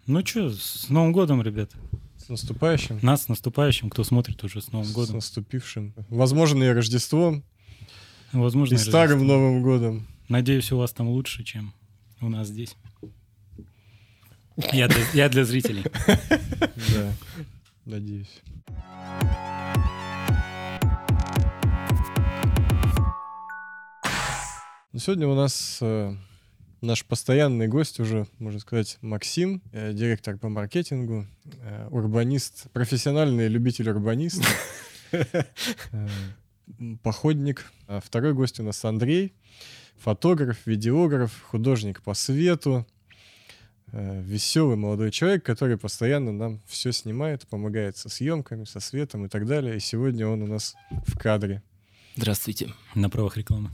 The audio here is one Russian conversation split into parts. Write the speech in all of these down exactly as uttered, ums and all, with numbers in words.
Ну что, с Новым годом, ребята. С наступающим. Нас с наступающим, кто смотрит уже с Новым годом. С наступившим. Возможно, и Рождеством. Возможно, и старым Рождеством. Новым годом. Надеюсь, у вас там лучше, чем у нас здесь. Я для, я для зрителей. Да, надеюсь. Сегодня у нас э, наш постоянный гость уже, можно сказать, Максим, э, директор по маркетингу, э, урбанист, профессиональный любитель урбаниста, э, походник. А второй гость у нас Андрей, фотограф, видеограф, художник по свету, э, веселый молодой человек, который постоянно нам все снимает, помогает со съемками, со светом и так далее. И сегодня он у нас в кадре. Здравствуйте. На правах рекламы.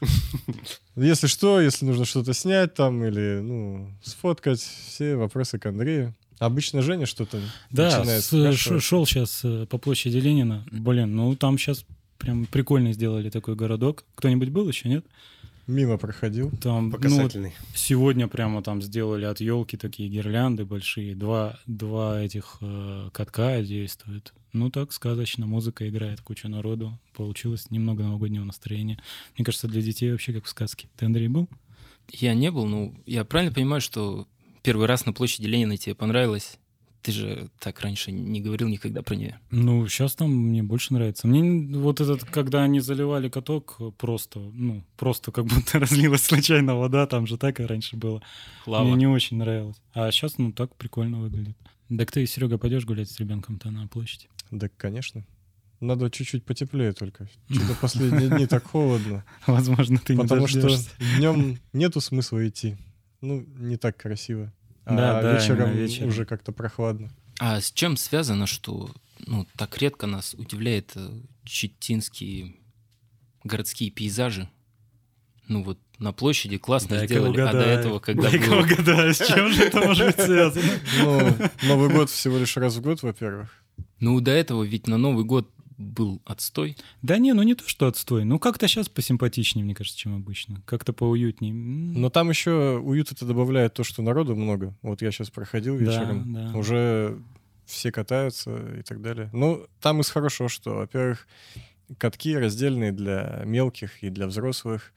Если что, если нужно что-то снять там или, ну, сфоткать, все вопросы к Андрею. Обычно Женя что-то да, начинает Да, шел сейчас по площади Ленина. Блин, ну там сейчас прям прикольно сделали такой городок. Кто-нибудь был еще, нет? Мимо проходил. Там, по касательной. Ну, сегодня прямо там сделали от елки такие гирлянды большие. Два, два этих э, катка действуют. Ну так, сказочно. Музыка играет, куча народу. Получилось немного новогоднего настроения. Мне кажется, для детей вообще как в сказке. Ты, Андрей, был? Я не был, ну, я правильно понимаю, что первый раз на площади Ленина тебе понравилось? Ты же так раньше не говорил никогда про нее. Ну, сейчас там мне больше нравится. Мне вот этот, когда они заливали каток, просто, ну, просто как будто разлилась случайно вода, там же так и раньше было. Лава. Мне не очень нравилось. А сейчас, ну, так прикольно выглядит. Так ты, Серега, пойдешь гулять с ребенком-то на площади? Да, конечно. Надо чуть-чуть потеплее только. Что-то последние дни так холодно. Возможно, ты не Потому что дождешься. днем нету смысла идти. Ну, не так красиво. Да, а да, вечером, именно вечером. уже как-то прохладно. А с чем связано, что ну, так редко нас удивляет э, читинские городские пейзажи? Ну вот на площади классно Дай-ка сделали, а до угадаю. этого, когда Дай-ка было... угадаю, с чем же это может быть связано? Ну, Новый год всего лишь раз в год, во-первых. Ну до этого ведь на Новый год был отстой. Да не, ну не то, что отстой. Ну как-то сейчас посимпатичнее, мне кажется, чем обычно. Как-то поуютнее. Но там еще уют это добавляет то, что народу много. Вот я сейчас проходил вечером, Да, да. уже все катаются и так далее. Ну, там из хорошего, что, во-первых, катки раздельные для мелких и для взрослых,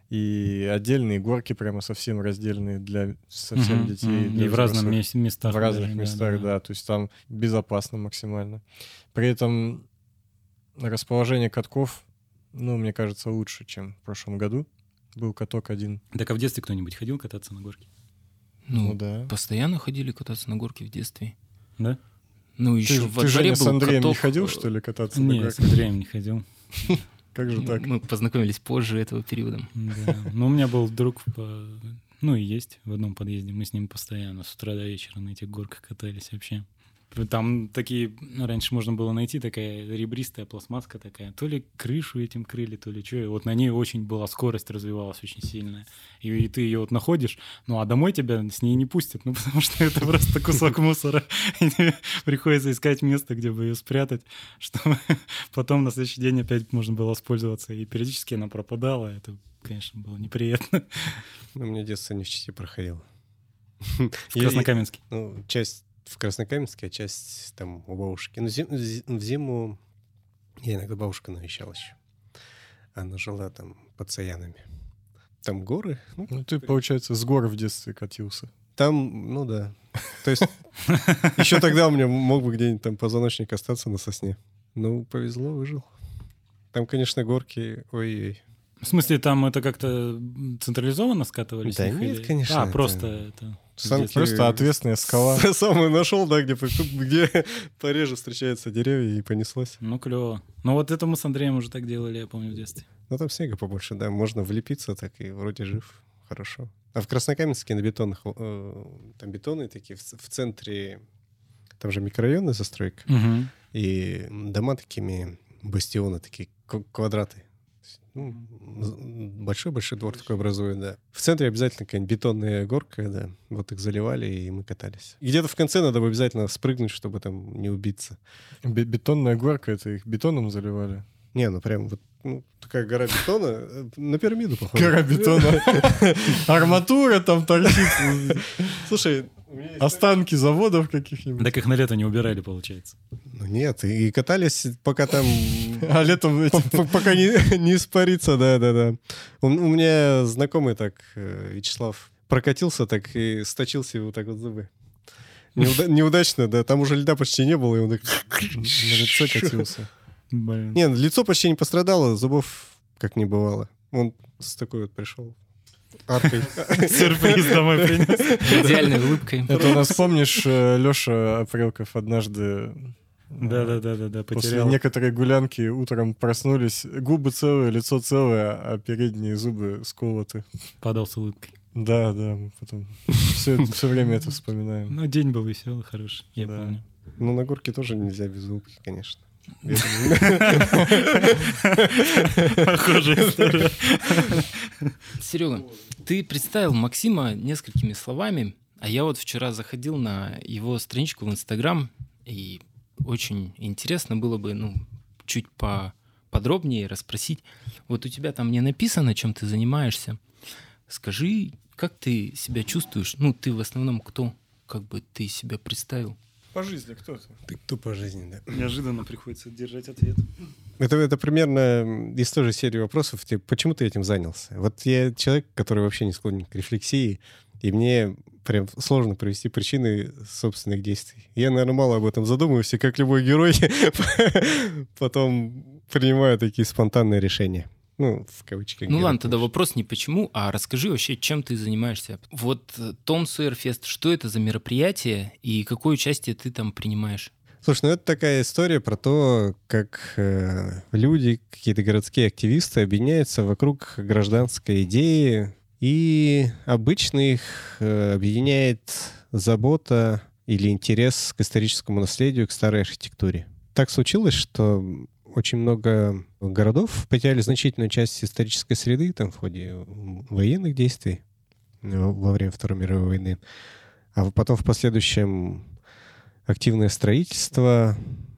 и отдельные горки прямо совсем раздельные для совсем Мгм, детей. мгм. для И в разных взрослых. мес- местах. В разных даже, да, местах, да, да. То есть там безопасно максимально. При этом расположение катков, ну, мне кажется, лучше, чем в прошлом году. Был каток один. Так а в детстве кто-нибудь ходил кататься на горке? Ну, Ну да. постоянно ходили кататься на горке в детстве. Да? Ну, Ты, еще во ты дворе Женя, с был Андреем каток, не ходил, э, что ли, кататься на Нет, горке? с Андреем не ходил. Как же так? Мы познакомились позже этого периода. Да. Но у меня был друг, по... ну и есть в одном подъезде. Мы с ним постоянно с утра до вечера на этих горках катались вообще. Там такие, раньше можно было найти такая ребристая пластмасска такая. То ли крышу этим крыли, то ли что. И вот на ней очень была скорость, развивалась очень сильная. И, и ты ее вот находишь, ну а домой тебя с ней не пустят, ну потому что это просто кусок мусора. И тебе приходится искать место, где бы ее спрятать, чтобы потом на следующий день опять можно было воспользоваться. И периодически она пропадала. Это, конечно, было неприятно. Ну, у меня детство не в Чите проходило. В Краснокаменске. Ну, часть в Краснокаменске, а часть там у бабушки. Ну, зим- зи- в зиму я иногда бабушка навещала еще. Она жила там под Саянами. Там горы. Ну, Ну, ты, получается, с гор в детстве катился. там, ну да. То есть еще тогда у меня мог бы где-нибудь там позвоночник остаться на сосне. Ну, повезло, выжил. Там, конечно, горки, ой-ой. В смысле, там это как-то централизованно скатывались? Да их нет, или- конечно, А, это- просто это... Санки- Просто ответственная скала. Самую нашел, да, где, по- где пореже встречаются деревья, и понеслось. Ну, клево. Ну, вот это мы с Андреем уже так делали, я помню, в детстве. Ну, там снега побольше, да, можно влепиться, так и вроде жив, хорошо. А в Краснокаменске на бетонных, э, там бетонные такие, в, ц- в центре, там же микрорайонная застройка, Угу. и дома такими, бастионы такие, к- квадраты. Ну, з- большой-большой двор такой образует, да. В центре обязательно какая-нибудь бетонная горка, да, вот их заливали, и мы катались. И где-то в конце надо бы обязательно спрыгнуть, чтобы там не убиться. Бе- Бетонная горка, это их бетоном заливали. Не, ну прям вот ну, такая гора бетона, э, на пирамиду похоже. Гора бетона. Арматура там торчит. Слушай, Останки заводов каких-нибудь. Так их на лето не убирали, получается. Ну нет, и катались, пока там... А летом эти- п- п- Пока не не испарится, да-да-да. У у меня знакомый так, э, Вячеслав, прокатился так и сточил себе вот так вот зубы. Неуда- Неудачно, да. Там уже льда почти не было, и он так... на лицо катился. Блин. Не, лицо почти не пострадало, зубов как не бывало. Он с такой вот пришел аркой. Сюрприз домой принес. Идеальной улыбкой. Это у нас, помнишь, Леша Апрелков однажды э, Да-да-да-да, после потерял. некоторой гулянки утром проснулись, губы целые, лицо целое, а передние зубы сколоты. Падал с улыбкой. Да, да, мы потом все, все время это вспоминаем. Ну, день был веселый, хороший, я Да. помню. Ну, на горке тоже нельзя без улыбки, конечно. Похожая история. Серега, ты представил Максима несколькими словами, а я вот вчера заходил на его страничку в Инстаграм, и очень интересно было бы, ну, чуть поподробнее расспросить. Вот у тебя там не написано, чем ты занимаешься. Скажи, как ты себя чувствуешь? Ну, ты в основном кто? Как бы ты себя представил? По жизни кто ты? Ты кто по жизни, да? Неожиданно приходится держать ответ. Это, это примерно из той же серии вопросов, типа, почему ты этим занялся? Вот я человек, который вообще не склонен к рефлексии, и мне прям сложно привести причины собственных действий. Я, наверное, мало об этом задумываюсь, и как любой герой потом принимаю такие спонтанные решения. Ну, в кавычках. Ну герой, ладно, тогда конечно. вопрос не почему, а расскажи вообще, чем ты занимаешься. Вот э, Том Сойер Фест, что это за мероприятие и какое участие ты там принимаешь? Слушай, ну это такая история про то, как э, люди, какие-то городские активисты объединяются вокруг гражданской идеи, и обычно их э, объединяет забота или интерес к историческому наследию, к старой архитектуре. Так случилось, что очень много городов потеряли значительную часть исторической среды там, в ходе военных действий во во время Второй мировой войны, а потом в последующем активное строительство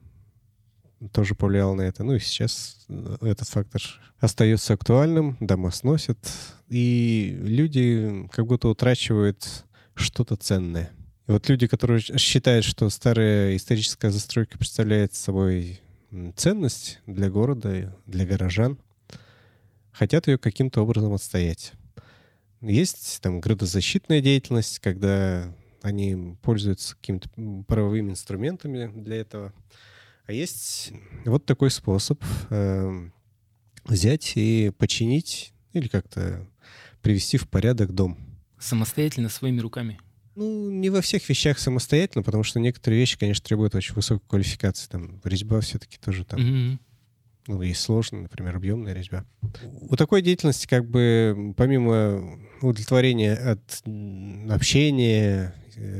тоже повлияло на это. Ну и сейчас этот фактор остается актуальным, дома сносят, и люди как будто утрачивают что-то ценное. И вот люди, которые считают, что старая историческая застройка представляет собой ценность для города, для горожан, хотят ее каким-то образом отстоять. Есть там градозащитная деятельность, когда они пользуются какими-то правовыми инструментами для этого. А есть вот такой способ э, взять и починить или как-то привести в порядок дом. Самостоятельно, своими руками? Ну, не во всех вещах самостоятельно, потому что некоторые вещи, конечно, требуют очень высокой квалификации. Там резьба все-таки тоже там, Мгм. ну, есть сложная, например, объемная резьба. У такой деятельности, как бы, помимо удовлетворения от м, общения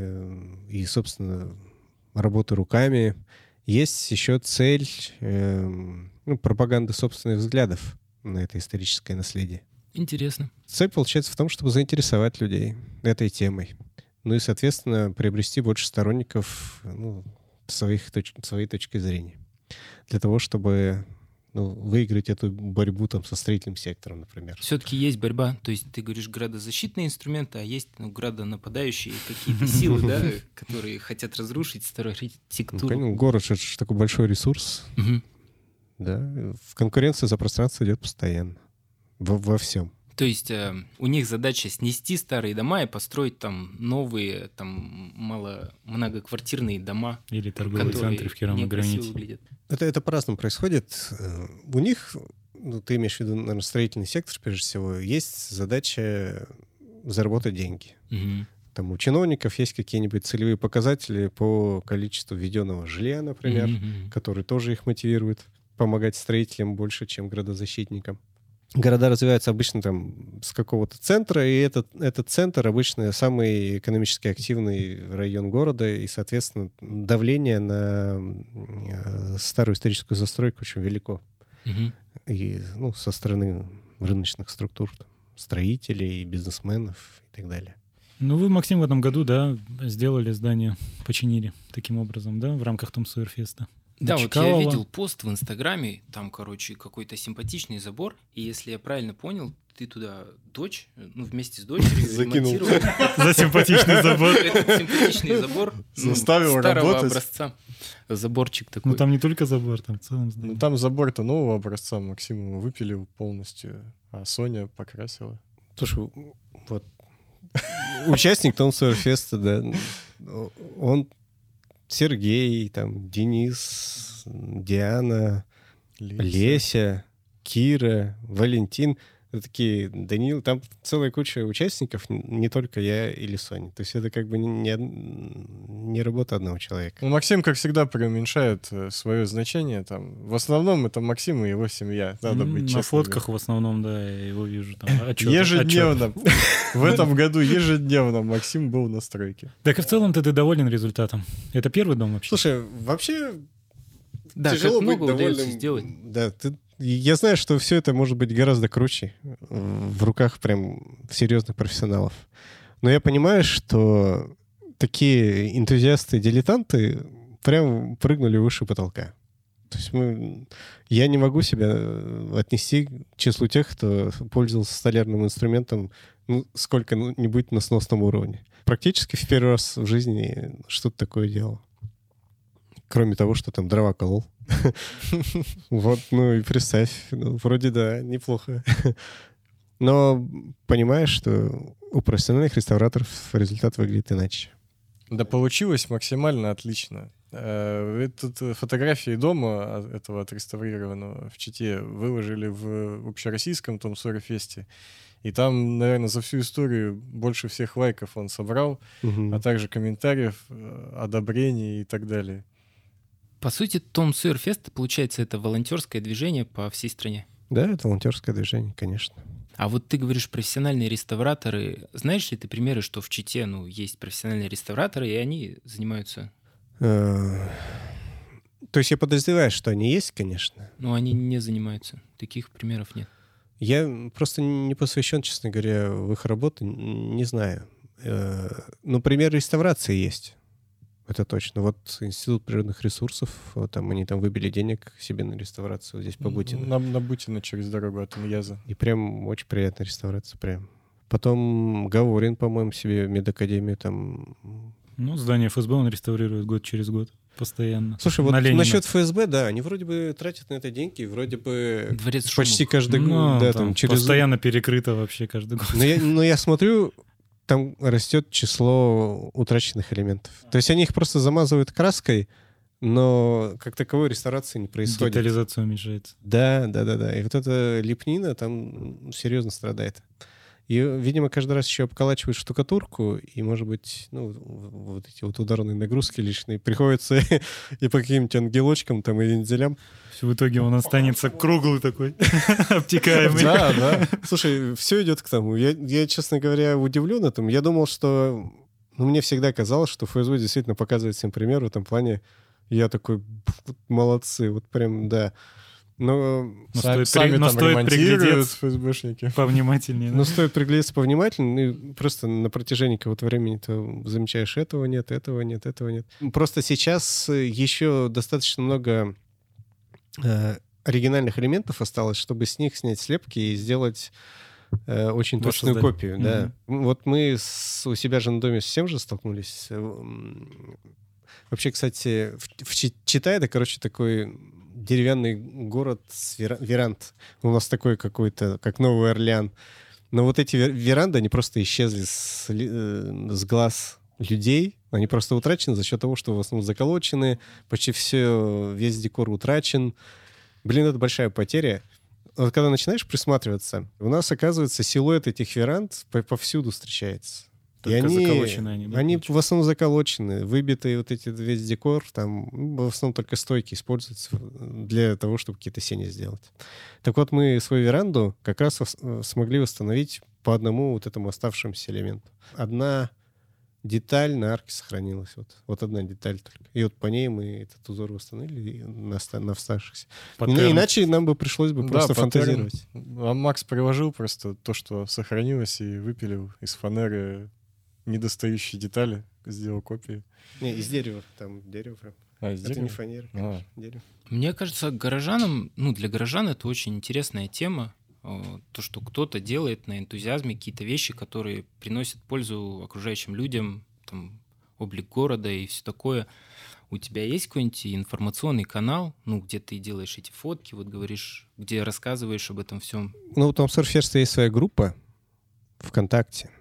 э, и, собственно, работы руками, есть еще цель э, ну, пропаганды собственных взглядов на это историческое наследие. Интересно. Цель получается в том, чтобы заинтересовать людей этой темой. Ну и, соответственно, приобрести больше сторонников ну, своих точ- своей точки зрения. Для того, чтобы ну, выиграть эту борьбу там, со строительным сектором, например. Все-таки есть борьба. То есть ты говоришь градозащитные инструменты, а есть ну, градонападающие какие-то силы, да, которые хотят разрушить старую Ну, архитектуру. конечно, город же ж такой большой ресурс. Мгм. Да? В конкуренции за пространство идет постоянно. Во, во всем. То есть э, у них задача снести старые дома и построить там новые, там мало многоквартирные дома, Или торговые которые центры в Кировом некрасиво граните. выглядят. Это, это по-разному происходит. Э, У них, ну, ты имеешь в виду, наверное, строительный сектор, прежде всего, есть задача заработать деньги. Мгм. Там у чиновников есть какие-нибудь целевые показатели по количеству введенного жилья, например, Мгм. которые тоже их мотивируют помогать строителям больше, чем градозащитникам. Города развиваются обычно там с какого-то центра, и этот, этот центр обычно самый экономически активный район города, и, соответственно, давление на э, старую историческую застройку очень велико. Мгм. И ну, со стороны рыночных структур, там, строителей, бизнесменов и так далее. Ну, вы, Максим, в этом году, да, сделали здание, починили таким образом, да, в рамках Том Сойер Феста. Да, вот я Чкалова. видел пост в Инстаграме, там, короче, какой-то симпатичный забор, и если я правильно понял, ты туда дочь, ну, вместе с дочерью Закинул. ремонтировал За симпатичный забор. этот симпатичный забор ну, Заставил старого работать. образца. Заборчик такой. Ну там не только забор, там в целом Ну, здание. там забор-то нового образца Максим его выпилил полностью, а Соня покрасила. Слушай, вот участник Том Сойер Феста, да, он Сергей, там, Денис, Диана, Леся, Кира, Валентин. Это такие, Данил, там целая куча участников, не только я или Соня. То есть это как бы не, не работа одного человека. Ну, Максим, как всегда, преуменьшает э, свое значение. Там. В основном это Максим и его семья. Надо М, быть На честным. фотках в основном, да, я его вижу там. Отчет, Ежедневно. В этом году ежедневно Максим был на стройке. Так и в целом-то ты доволен результатом. Это первый дом вообще? Слушай, вообще Да, тяжело как много быть удается довольным. сделать. Да, ты, я знаю, что все это может быть гораздо круче в руках прям серьезных профессионалов. Но я понимаю, что такие энтузиасты-дилетанты прям прыгнули выше потолка. То есть мы, я не могу себя отнести к числу тех, кто пользовался столярным инструментом ну, сколько-нибудь на сносном уровне. Практически в первый раз в жизни что-то такое делал. Кроме того, что там дрова колол. Вот, ну и представь, ну, вроде да, неплохо. Но понимаешь, что у профессиональных реставраторов результат выглядит иначе. Да получилось максимально отлично. Э, Тут фотографии дома этого отреставрированного в Чите выложили в общероссийском Том Сойер Фесте. И там, наверное, за всю историю больше всех лайков он собрал, Мгм. а также комментариев, э, одобрений и так далее. По сути, Том Сойер Фест, получается, это волонтерское движение по всей стране. Да, это волонтерское движение, конечно. А вот ты говоришь, профессиональные реставраторы. Знаешь ли ты примеры, что в Чите ну, есть профессиональные реставраторы, и они занимаются... Э, То есть я подозреваю, что они есть, конечно. Ну, они не занимаются. Таких примеров нет. Я просто не посвящен, честно говоря, в их работу, н- не знаю. Э, Ну, пример реставрации есть. Это точно. Вот Институт природных ресурсов, вот там они там выбили денег себе на реставрацию вот здесь по Бутину. На, на Бутино через дорогу от Иньяза. И прям очень приятная реставрация, прям. Потом Гаворин, по-моему, себе медакадемию там... Ну, здание эф эс бэ он реставрирует год через год. Постоянно. Слушай, вот На Ленина. насчет эф эс бэ, да, они вроде бы тратят на это деньги, вроде бы Дворец почти Шумов. каждый год, Ну, да, там там через... постоянно перекрыто вообще каждый год. Но я, но я смотрю, там растет число утраченных элементов. То есть они их просто замазывают краской, но как таковой реставрации не происходит. Детализация уменьшается. Да, да, да, да. И вот эта лепнина там серьезно страдает. И, видимо, каждый раз еще обколачивают штукатурку, и, может быть, ну, в- вот эти вот ударные нагрузки лишние приходится и по каким-нибудь ангелочкам там и вензелям. В итоге он останется круглый такой, обтекаемый. Да, да. Слушай, все идет к тому. Я, я, честно говоря, удивлен этому. Я думал, что... Ну, мне всегда казалось, что эф эс бэ действительно показывает всем пример в этом плане. Я такой, «Пф, молодцы, вот прям, да. Но, Но Са- стоит Сами при- но там стоит ремонтируют приглядеться эф эс бэшники. повнимательнее. да. но стоит приглядеться повнимательнее, ну, и просто на протяжении какого-то времени ты замечаешь, этого нет, этого нет, этого нет. Просто сейчас э, еще достаточно много э, оригинальных элементов осталось, чтобы с них снять слепки и сделать э, очень точную Воссоздать. копию. Да. Вот мы с- у себя же на доме с тем же столкнулись. Э, м, Вообще, кстати, в, в Чи- Читай, это, короче, такой деревянный город с вера- веранд. У нас такой какой-то, как Новый Орлеан. Но вот эти вер- веранды, они просто исчезли с, ли- э, с глаз людей. Они просто утрачены за счет того, что в основном заколочены. Почти все, весь декор утрачен. Блин, это большая потеря. Вот когда начинаешь присматриваться, у нас, оказывается, силуэт этих веранд по- повсюду встречается. Только заколочены они, да, они получается? в основном заколочены, выбитые вот эти весь декор, там ну, в основном только стойки используются для того, чтобы какие-то сени сделать. Так вот, мы свою веранду как раз вос- э, смогли восстановить по одному вот этому оставшемуся элементу. Одна деталь на арке сохранилась. Вот, вот одна деталь только. И вот по ней мы этот узор восстановили на, оста- на оставшихся. Паттерн. Не, иначе нам бы пришлось бы Да, просто паттерн. фантазировать. А Макс приложил просто то, что сохранилось, и выпилил из фанеры недостающие детали, сделал копии. Не, из дерева. Там дерево прям. А, из Это дерева? не фанера, А. конечно, дерево. Мне кажется, горожанам, ну, для горожан это очень интересная тема. Э, То, что кто-то делает на энтузиазме какие-то вещи, которые приносят пользу окружающим людям, там, облик города и все такое. У тебя есть какой-нибудь информационный канал, ну, где ты делаешь эти фотки, вот говоришь, где рассказываешь об этом всем? Ну, у Том Сойер Феста есть своя группа ВКонтакте.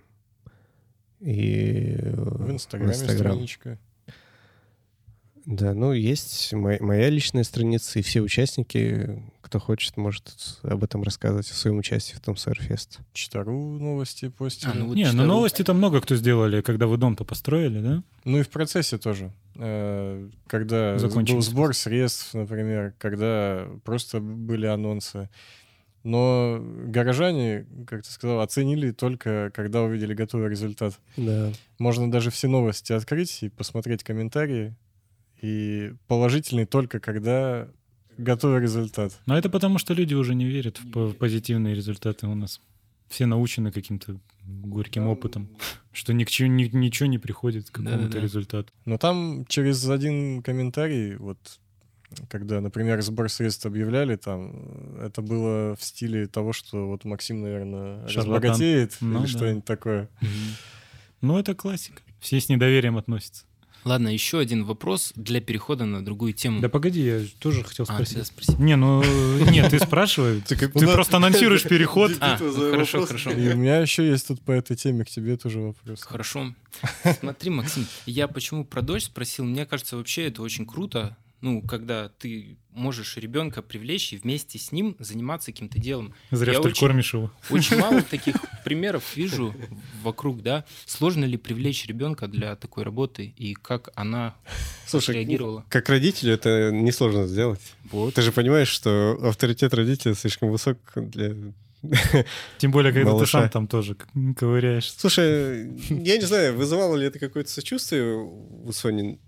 И В Инстаграме Инстаграм. страничка. Да, ну, есть моя, моя личная страница, и все участники, кто хочет, может об этом рассказывать, о своем участии в Том Сойер Фест. Читару новости постили. А, ну вот Не, ну читаю. новости-то много кто сделали, когда вы дом-то построили, да? Ну и в процессе тоже. Э, Когда Закончился. был сбор средств, например, когда просто были анонсы. Но горожане, как ты сказал, оценили только, когда увидели готовый результат. Да. Можно даже все новости открыть и посмотреть комментарии. И положительный только, когда готовый результат. Но это потому, что люди уже не верят в по- в позитивные результаты у нас. Все научены каким-то горьким опытом, что ни к чему- ни- ничего не приходит к какому-то Да-да-да. результату. Но там через один комментарий, вот когда, например, сбор средств объявляли, там это было в стиле того, что вот Максим, наверное, Шарлатан. разбогатеет Ну или да. что-нибудь такое. Ну, это классика. Все с недоверием относятся. Ладно, еще один вопрос для перехода на другую тему. Да погоди, я тоже хотел А, спросить. тебя спросить. Не, ну нет, ты спрашивай. Ты просто анонсируешь переход. А, ну, хорошо, хорошо. И у меня еще есть тут по этой теме к тебе тоже вопрос. Хорошо. Смотри, Максим, я почему про дочь спросил? Мне кажется, вообще это очень круто. Ну, когда ты можешь ребенка привлечь и вместе с ним заниматься каким-то делом. Зря, Я что ли, очень- кормишь его. Очень мало таких примеров вижу вокруг, да. Сложно ли привлечь ребенка для такой работы и как она Слушай, реагировала? как родителю это несложно сделать. Вот. Ты же понимаешь, что авторитет родителя слишком высок для... Тем более, когда Малыша. ты сам там тоже к- ковыряешься. Слушай, я не знаю, вызывало ли это какое-то сочувствие у Сони?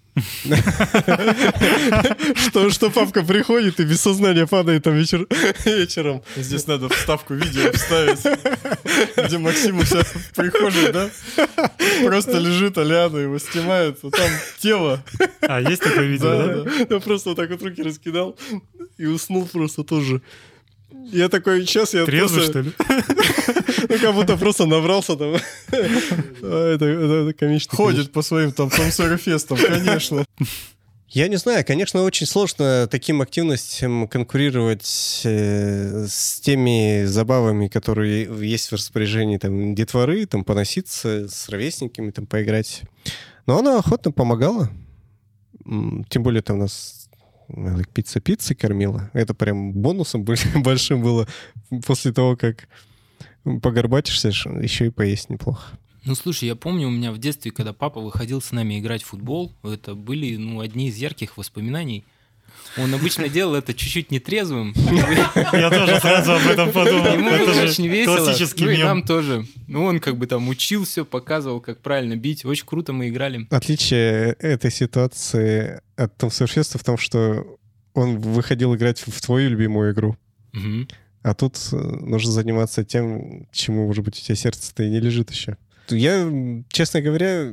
Что, что папка приходит и без сознания падает там вечер, вечером. Здесь надо вставку видео вставить, где Максим у себя в прихожей, да? Просто лежит, Аляна его снимает, а там тело. А, есть такое видео, да? Да, я просто вот так вот руки раскидал и уснул просто тоже. Я такой, сейчас я Трезвый, просто... что ли? Ну, как будто просто набрался там. А, Это, это, это комично. Ходит по своим там Том Сойер Фестам, конечно. Я не знаю, конечно, очень сложно таким активностям конкурировать э, с теми забавами, которые есть в распоряжении там детворы, там поноситься с ровесниками, там поиграть. Но она охотно помогала. М, Тем более там нас э, пицца пиццы кормила. Это прям бонусом больш- большим было после того, как погорбатишься, ш- еще и поесть неплохо. Ну, слушай, я помню, у меня в детстве, когда папа выходил с нами играть в футбол, это были, ну, одни из ярких воспоминаний. Он обычно делал это чуть-чуть нетрезвым. Я тоже сразу об этом подумал. Ему Это было же очень весело. классический Ну и мем. нам тоже. Ну, он как бы там учил все, показывал, как правильно бить. Очень круто мы играли. Отличие этой ситуации от Том Сойер Феста в том, что он выходил играть в твою любимую игру. Мгм. А тут э, нужно заниматься тем, чему, может быть, у тебя сердце-то и не лежит еще. Я, м, честно говоря,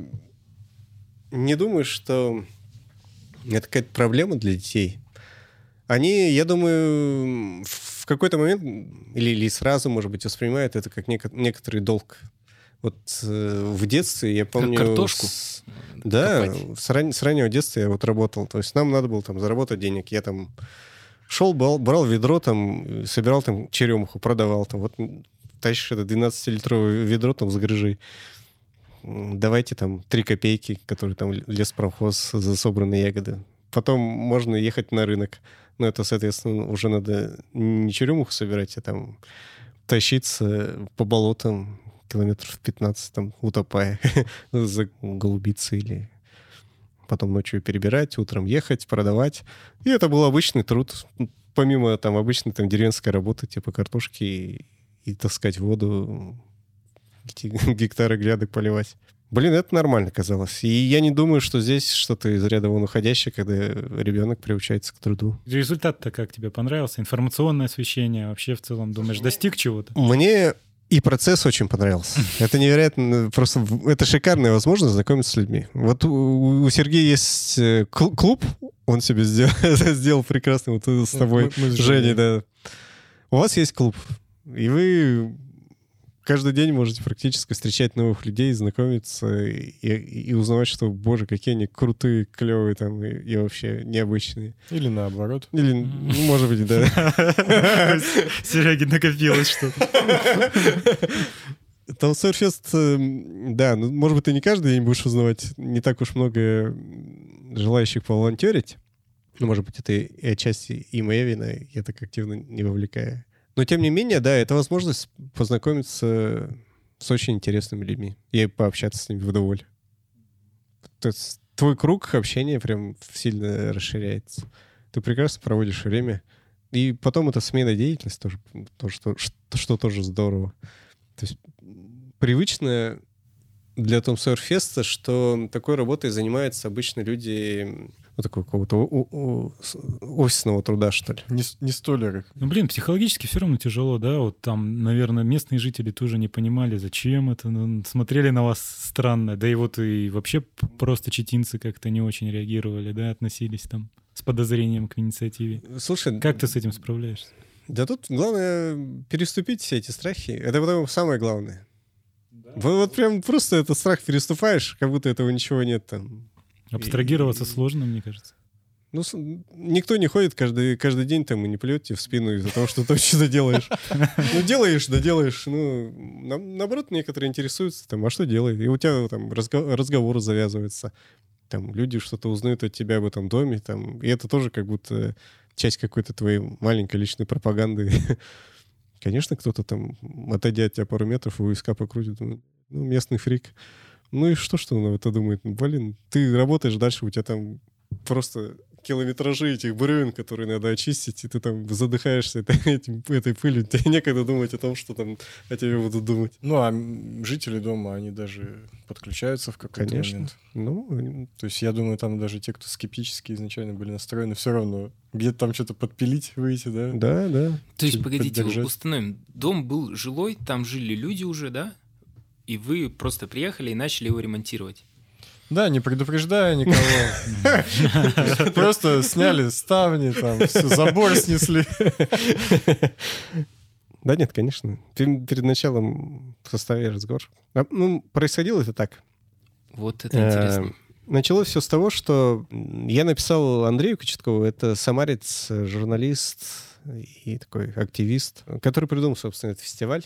не думаю, что это какая-то проблема для детей. Они, я думаю, в какой-то момент или, или сразу, может быть, воспринимают это как неко- некоторый долг. Вот э, в детстве я помню... картошку с- Да, копать. с, ран- с раннего детства я вот работал. То есть нам надо было там заработать денег. Я там шел, брал, брал ведро, там, собирал там черемуху, продавал. Там, вот тащишь это двенадцатилитровое ведро там с грыжей. М, Давайте там три копейки, которые там леспромхоз за собранные ягоды. Потом можно ехать на рынок. Но это, соответственно, уже надо не черемуху собирать, а там тащиться по болотам километров пятнадцать, там, утопая за голубицей или потом ночью перебирать, утром ехать, продавать. И это был обычный труд. Помимо там обычной там деревенской работы, типа картошки и, и таскать воду, эти гектары грядок поливать. Блин, это нормально казалось. И я не думаю, что здесь что-то из ряда вон уходящее, когда ребенок приучается к труду. Результат-то как тебе понравился? Информационное освещение вообще в целом, думаешь, достиг чего-то? Мне И процесс очень понравился. Это невероятно, просто это шикарная возможность знакомиться с людьми. Вот у, у Сергея есть клуб, он себе сделал, сделал прекрасно вот с тобой, мы, мы с Женей, да. У вас есть клуб, и вы каждый день можете практически встречать новых людей, знакомиться и, и узнавать, что, боже, какие они крутые, клевые там и, и вообще необычные. Или наоборот. Или, ну, может быть, да. Сереге накопилось что-то. Там Сорфест, да, ну, может быть, ты не каждый день будешь узнавать, не так уж много желающих поволонтерить. Ну, может быть, это и отчасти и моя вина, я так активно не вовлекаю. Но, тем не менее, да, это возможность познакомиться с очень интересными людьми и пообщаться с ними вдоволь. То есть твой круг общения прям сильно расширяется. Ты прекрасно проводишь время. И потом это смена деятельности тоже, то, что, что, что тоже здорово. То есть привычно для Том Сойер Феста, что такой работой занимаются обычно люди... Ну, такого какого-то офисного труда, что ли. Не, не столяры. Ну, блин, психологически все равно тяжело, да? Вот там, наверное, местные жители тоже не понимали, зачем это, ну, смотрели на вас странно. Да и вот и вообще просто читинцы как-то не очень реагировали, да, относились там с подозрением к инициативе. Слушай... Как ты с этим справляешься? Да тут главное переступить все эти страхи. Это потом самое главное. Да. Вот, вот прям просто этот страх переступаешь, как будто этого ничего нет там. Абстрагироваться и, сложно, мне кажется. Ну, никто не ходит каждый, каждый день там и не плюет тебе в спину из-за того, что ты что-то делаешь. Ну, делаешь, да делаешь. Ну, наоборот, некоторые интересуются, там, а что делает? И у тебя там разговор завязывается. Там люди что-то узнают от тебя об этом доме. Там, и это тоже как будто часть какой-то твоей маленькой личной пропаганды. Конечно, кто-то там, отойдя от тебя пару метров, войска покрутит. Ну, местный фрик. Ну и что, что он это думает? Блин, ты работаешь дальше, у тебя там просто километражи этих бревен, которые надо очистить, и ты там задыхаешься этим, этой пылью. Тебе некогда думать о том, что там о тебе будут думать. Ну, а жители дома, они даже подключаются в какой-то Конечно. момент. Ну, то есть я думаю, там даже те, кто скептически изначально были настроены, все равно где-то там что-то подпилить, выйти, да? Да, да. То есть, погодите, поддержать. установим, дом был жилой, там жили люди уже, да? И вы просто приехали и начали его ремонтировать. Да, не предупреждая никого. Просто сняли ставни, там, забор снесли. Да нет, конечно. Перед началом составили разговор. Ну, происходило это так. Вот это интересно. Началось все с того, что я написал Андрею Кочеткову, это самарец, журналист и такой активист, который придумал, собственно, этот фестиваль.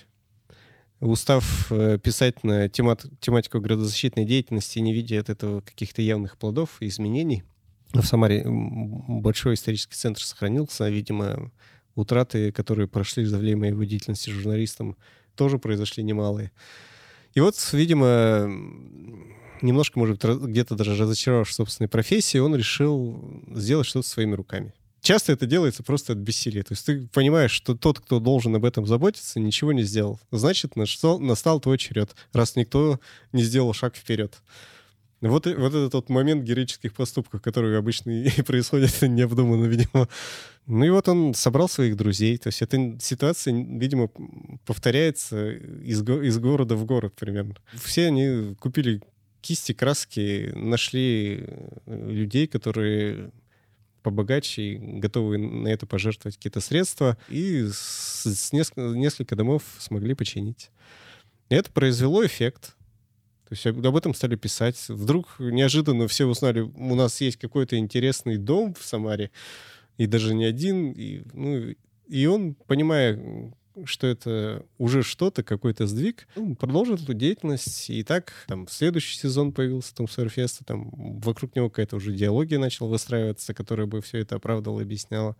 Устав писать на темат- тематику градозащитной деятельности, не видя от этого каких-то явных плодов и изменений. В Самаре большой исторический центр сохранился. Видимо, утраты, которые прошли за время его деятельности журналистом, тоже произошли немалые. И вот, видимо, немножко, может быть, где-то даже разочаровавшись в собственной профессии, он решил сделать что-то своими руками. Часто это делается просто от бессилия. То есть ты понимаешь, что тот, кто должен об этом заботиться, ничего не сделал. Значит, настал, настал твой черед, раз никто не сделал шаг вперед. Вот, вот этот тот момент героических поступков, которые обычно и происходят необдуманно, видимо. Ну и вот он собрал своих друзей. То есть эта ситуация, видимо, повторяется из, го- из города в город примерно. Все они купили кисти, краски, нашли людей, которые... побогаче и готовы на это пожертвовать какие-то средства, и с, с несколько, несколько домов смогли починить. И это произвело эффект. То есть об этом стали писать. Вдруг неожиданно все узнали, у нас есть какой-то интересный дом в Самаре, и даже не один. И, ну, и он, понимая, что это уже что-то, какой-то сдвиг, ну, продолжил эту деятельность. И так там следующий сезон появился Том Сойер Феста, там вокруг него какая-то уже идеология начала выстраиваться, которая бы все это оправдывала, объясняла.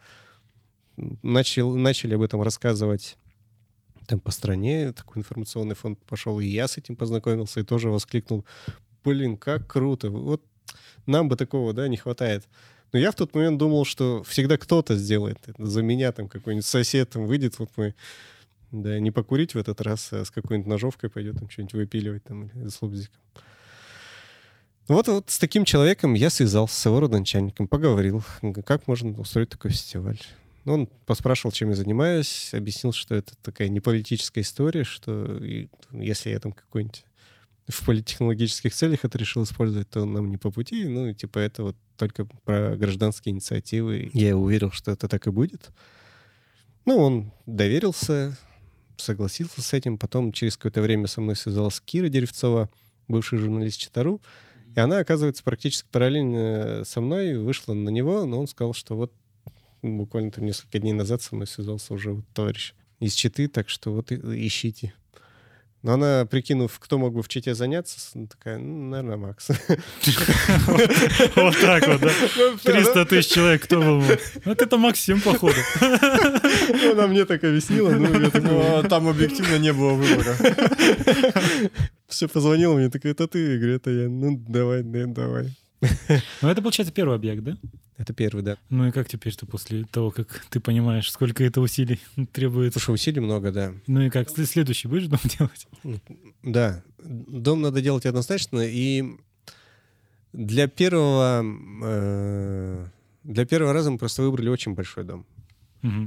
Начал, начали об этом рассказывать там по стране, такой информационный фонд пошел, и я с этим познакомился, и тоже воскликнул: блин, как круто, вот нам бы такого, да, не хватает. Но я в тот момент думал, что всегда кто-то сделает это за меня, там какой-нибудь сосед там выйдет, вот мы, да, не покурить в этот раз, а с какой-нибудь ножовкой пойдет там что-нибудь выпиливать там, или с лобзиком. Вот, вот с таким человеком я связался, с его родоначальником, поговорил, как можно устроить такой фестиваль. Ну, он поспрашивал, чем я занимаюсь, объяснил, что это такая неполитическая история, что и, если я там какой-нибудь в политтехнологических целях это решил использовать, то нам не по пути. Ну, и, типа, это вот только про гражданские инициативы. Я уверен, что это так и будет. Ну, он доверился, согласился с этим. Потом через какое-то время со мной связалась Кира Деревцова, бывший журналист Читару. И она, оказывается, практически параллельно со мной вышла на него, но он сказал, что вот буквально там несколько дней назад со мной связался уже вот товарищ из Читы, так что вот ищите. Но она, прикинув, кто мог бы в Чите заняться, такая, ну, наверное, Макс. Вот так вот, да? триста тысяч человек, кто был? Вот это Максим, походу. Она мне так объяснила, ну, я такой, там объективно не было выбора. Все позвонила мне, такая, это ты? Я говорю, это я. Ну, давай, давай. Ну, это, получается, первый объект, да? Это первый, да. Ну и как теперь-то после того, как ты понимаешь, сколько это усилий требуется? Слушай, усилий много, да. Ну и как, следующий будешь дом делать? Да, дом надо делать однозначно, и для первого, э, для первого раза мы просто выбрали очень большой дом. Угу.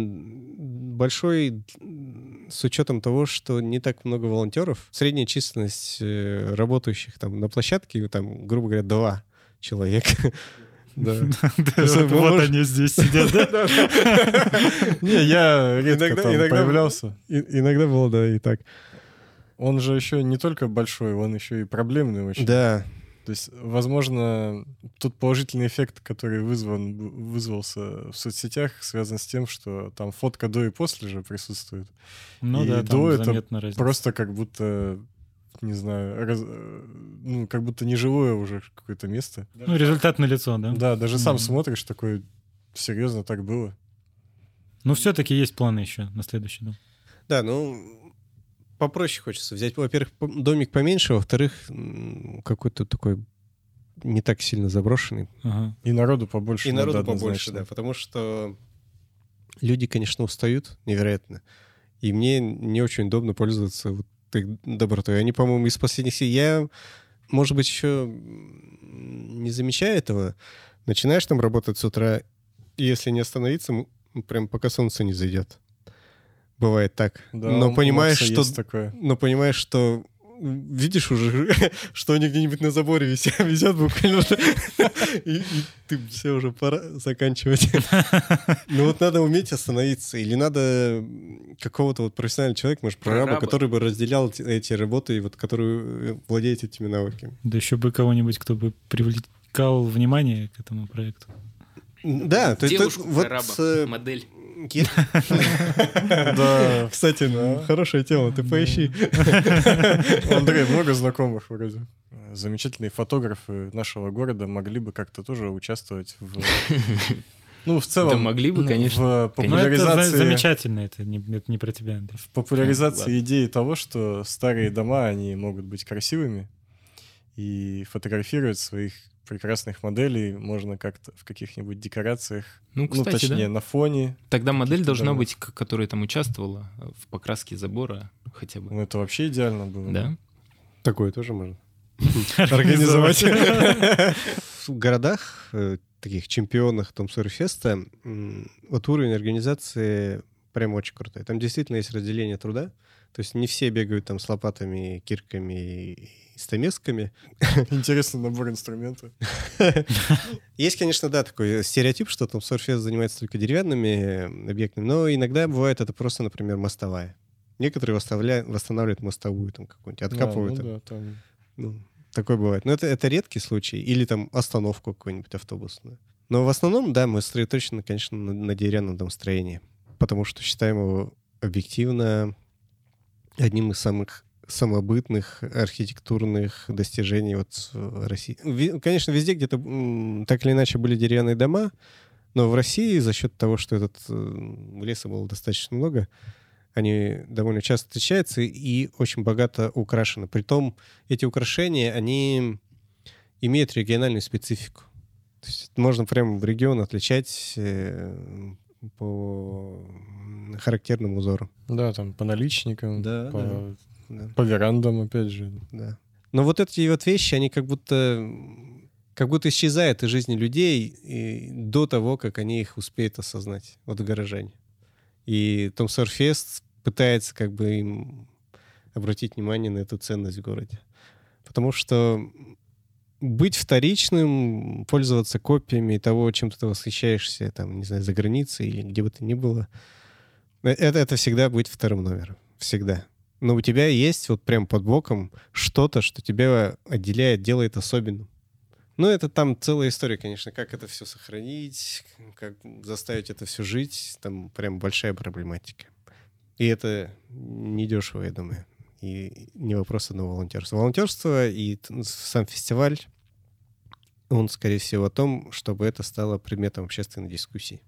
Большой с учетом того, что не так много волонтеров. Средняя численность э, работающих там на площадке, там, грубо говоря, два человека. Да. Вот они здесь сидят, да? Не, я редко там появлялся. Иногда было, да, и так. Он же еще не только большой, он еще и проблемный очень. Да. То есть, возможно, тот положительный эффект, который вызван, вызвался в соцсетях, связан с тем, что там фотка до и после же присутствует. Ну и да, до там заметна это разница. просто как будто, не знаю, раз, ну, как будто неживое уже какое-то место. Ну, результат налицо, да? Да, даже сам Mm. смотришь, такой, серьезно, так было. Ну, все-таки есть планы еще на следующий дом. Да, ну, попроще хочется взять. Во-первых, домик поменьше, во-вторых, какой-то такой не так сильно заброшенный. Ага. И народу побольше. И народу надо, побольше, однозначно. да, потому что люди, конечно, устают невероятно. И мне не очень удобно пользоваться вот их добротой. Они, по-моему, из последних сил... Я, может быть, еще не замечаю этого. Начинаешь там работать с утра, и если не остановиться, прям пока солнце не зайдет. Бывает так. Да, но у понимаешь, Макса что... есть такое. Но понимаешь, что... Видишь уже, что они где-нибудь на заборе висят, висят буквально. И, и ты все уже пора заканчивать. Ну вот надо уметь остановиться. Или надо какого-то вот профессионального человека, может, прораба, Прораба. который бы разделял эти, эти работы, и вот который владеет этими навыками. Да еще бы кого-нибудь, кто бы привлекал внимание к этому проекту. Да, то есть Девушку вот... прораба, э, модель. Да. Кстати, ну, хорошая тема, ты поищи. У Андрея много знакомых вроде. Замечательные фотографы нашего города могли бы как-то тоже участвовать в... Ну, в целом... Да могли бы, ну, конечно. В Ну, это популяризации... за- замечательно, это не, это не про тебя, Андрей. В популяризации Ладно. идеи того, что старые дома, они могут быть красивыми, и фотографировать своих прекрасных моделей можно как-то в каких-нибудь декорациях, Ну, ну, кстати, точнее, да. на фоне. Тогда модель каких-то должна домов. быть, к- которая там участвовала в покраске забора хотя бы. Ну, это вообще идеально было. Да? Такое тоже можно. Организовать. В городах, э, таких чемпионах Том Сойер Феста, м, вот уровень организации прям очень крутой. Там действительно есть разделение труда. То есть не все бегают там с лопатами, кирками и стамесками. Интересный набор инструментов. Есть, конечно, да, такой стереотип, что Том Сойер Фест занимается только деревянными объектами, но иногда бывает это просто, например, мостовая. Некоторые восставля- восстанавливают мостовую там какую-нибудь, откапывают. А, ну там. да, там... Ну, такое бывает. Но это, это редкий случай. Или там остановку какую-нибудь автобусную. Но в основном, да, мы сосредоточены, конечно, на, на деревянном домостроении. Потому что считаем его объективно одним из самых самобытных архитектурных достижений вот в России. Ви- Конечно, везде где-то м, так или иначе были деревянные дома, но в России за счет того, что этот э, леса было достаточно много, они довольно часто встречаются и очень богато украшены. Притом эти украшения, они имеют региональную специфику. То есть можно прямо в регион отличать э, по характерному узору. Да, там по наличникам, Да, по... Да. по верандам, опять же. Да. Но вот эти вот вещи, они как будто как будто исчезает из жизни людей и до того, как они их успеют осознать, вот горожане. И Том Сойер Фест пытается как бы им обратить внимание на эту ценность в городе. Потому что быть вторичным, пользоваться копиями того, чем ты восхищаешься, там, не знаю, за границей или где бы то ни было, это, это всегда быть вторым номером. Всегда. Но у тебя есть вот прям под боком что-то, что тебя отделяет, делает особенным. Ну, это там целая история, конечно, как это все сохранить, как заставить это все жить. Там прям большая проблематика. И это недешево, я думаю. И не вопрос одного волонтерства. Волонтерство и сам фестиваль, он, скорее всего, о том, чтобы это стало предметом общественной дискуссии.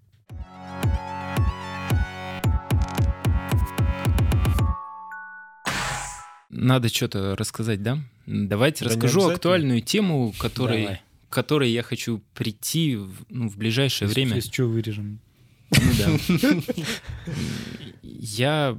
Надо что-то рассказать, да? Давайте Да расскажу актуальную тему, которой, Давай. к которой я хочу прийти в, ну, в ближайшее Из- время. Из чего вырежем? Ну да. Я...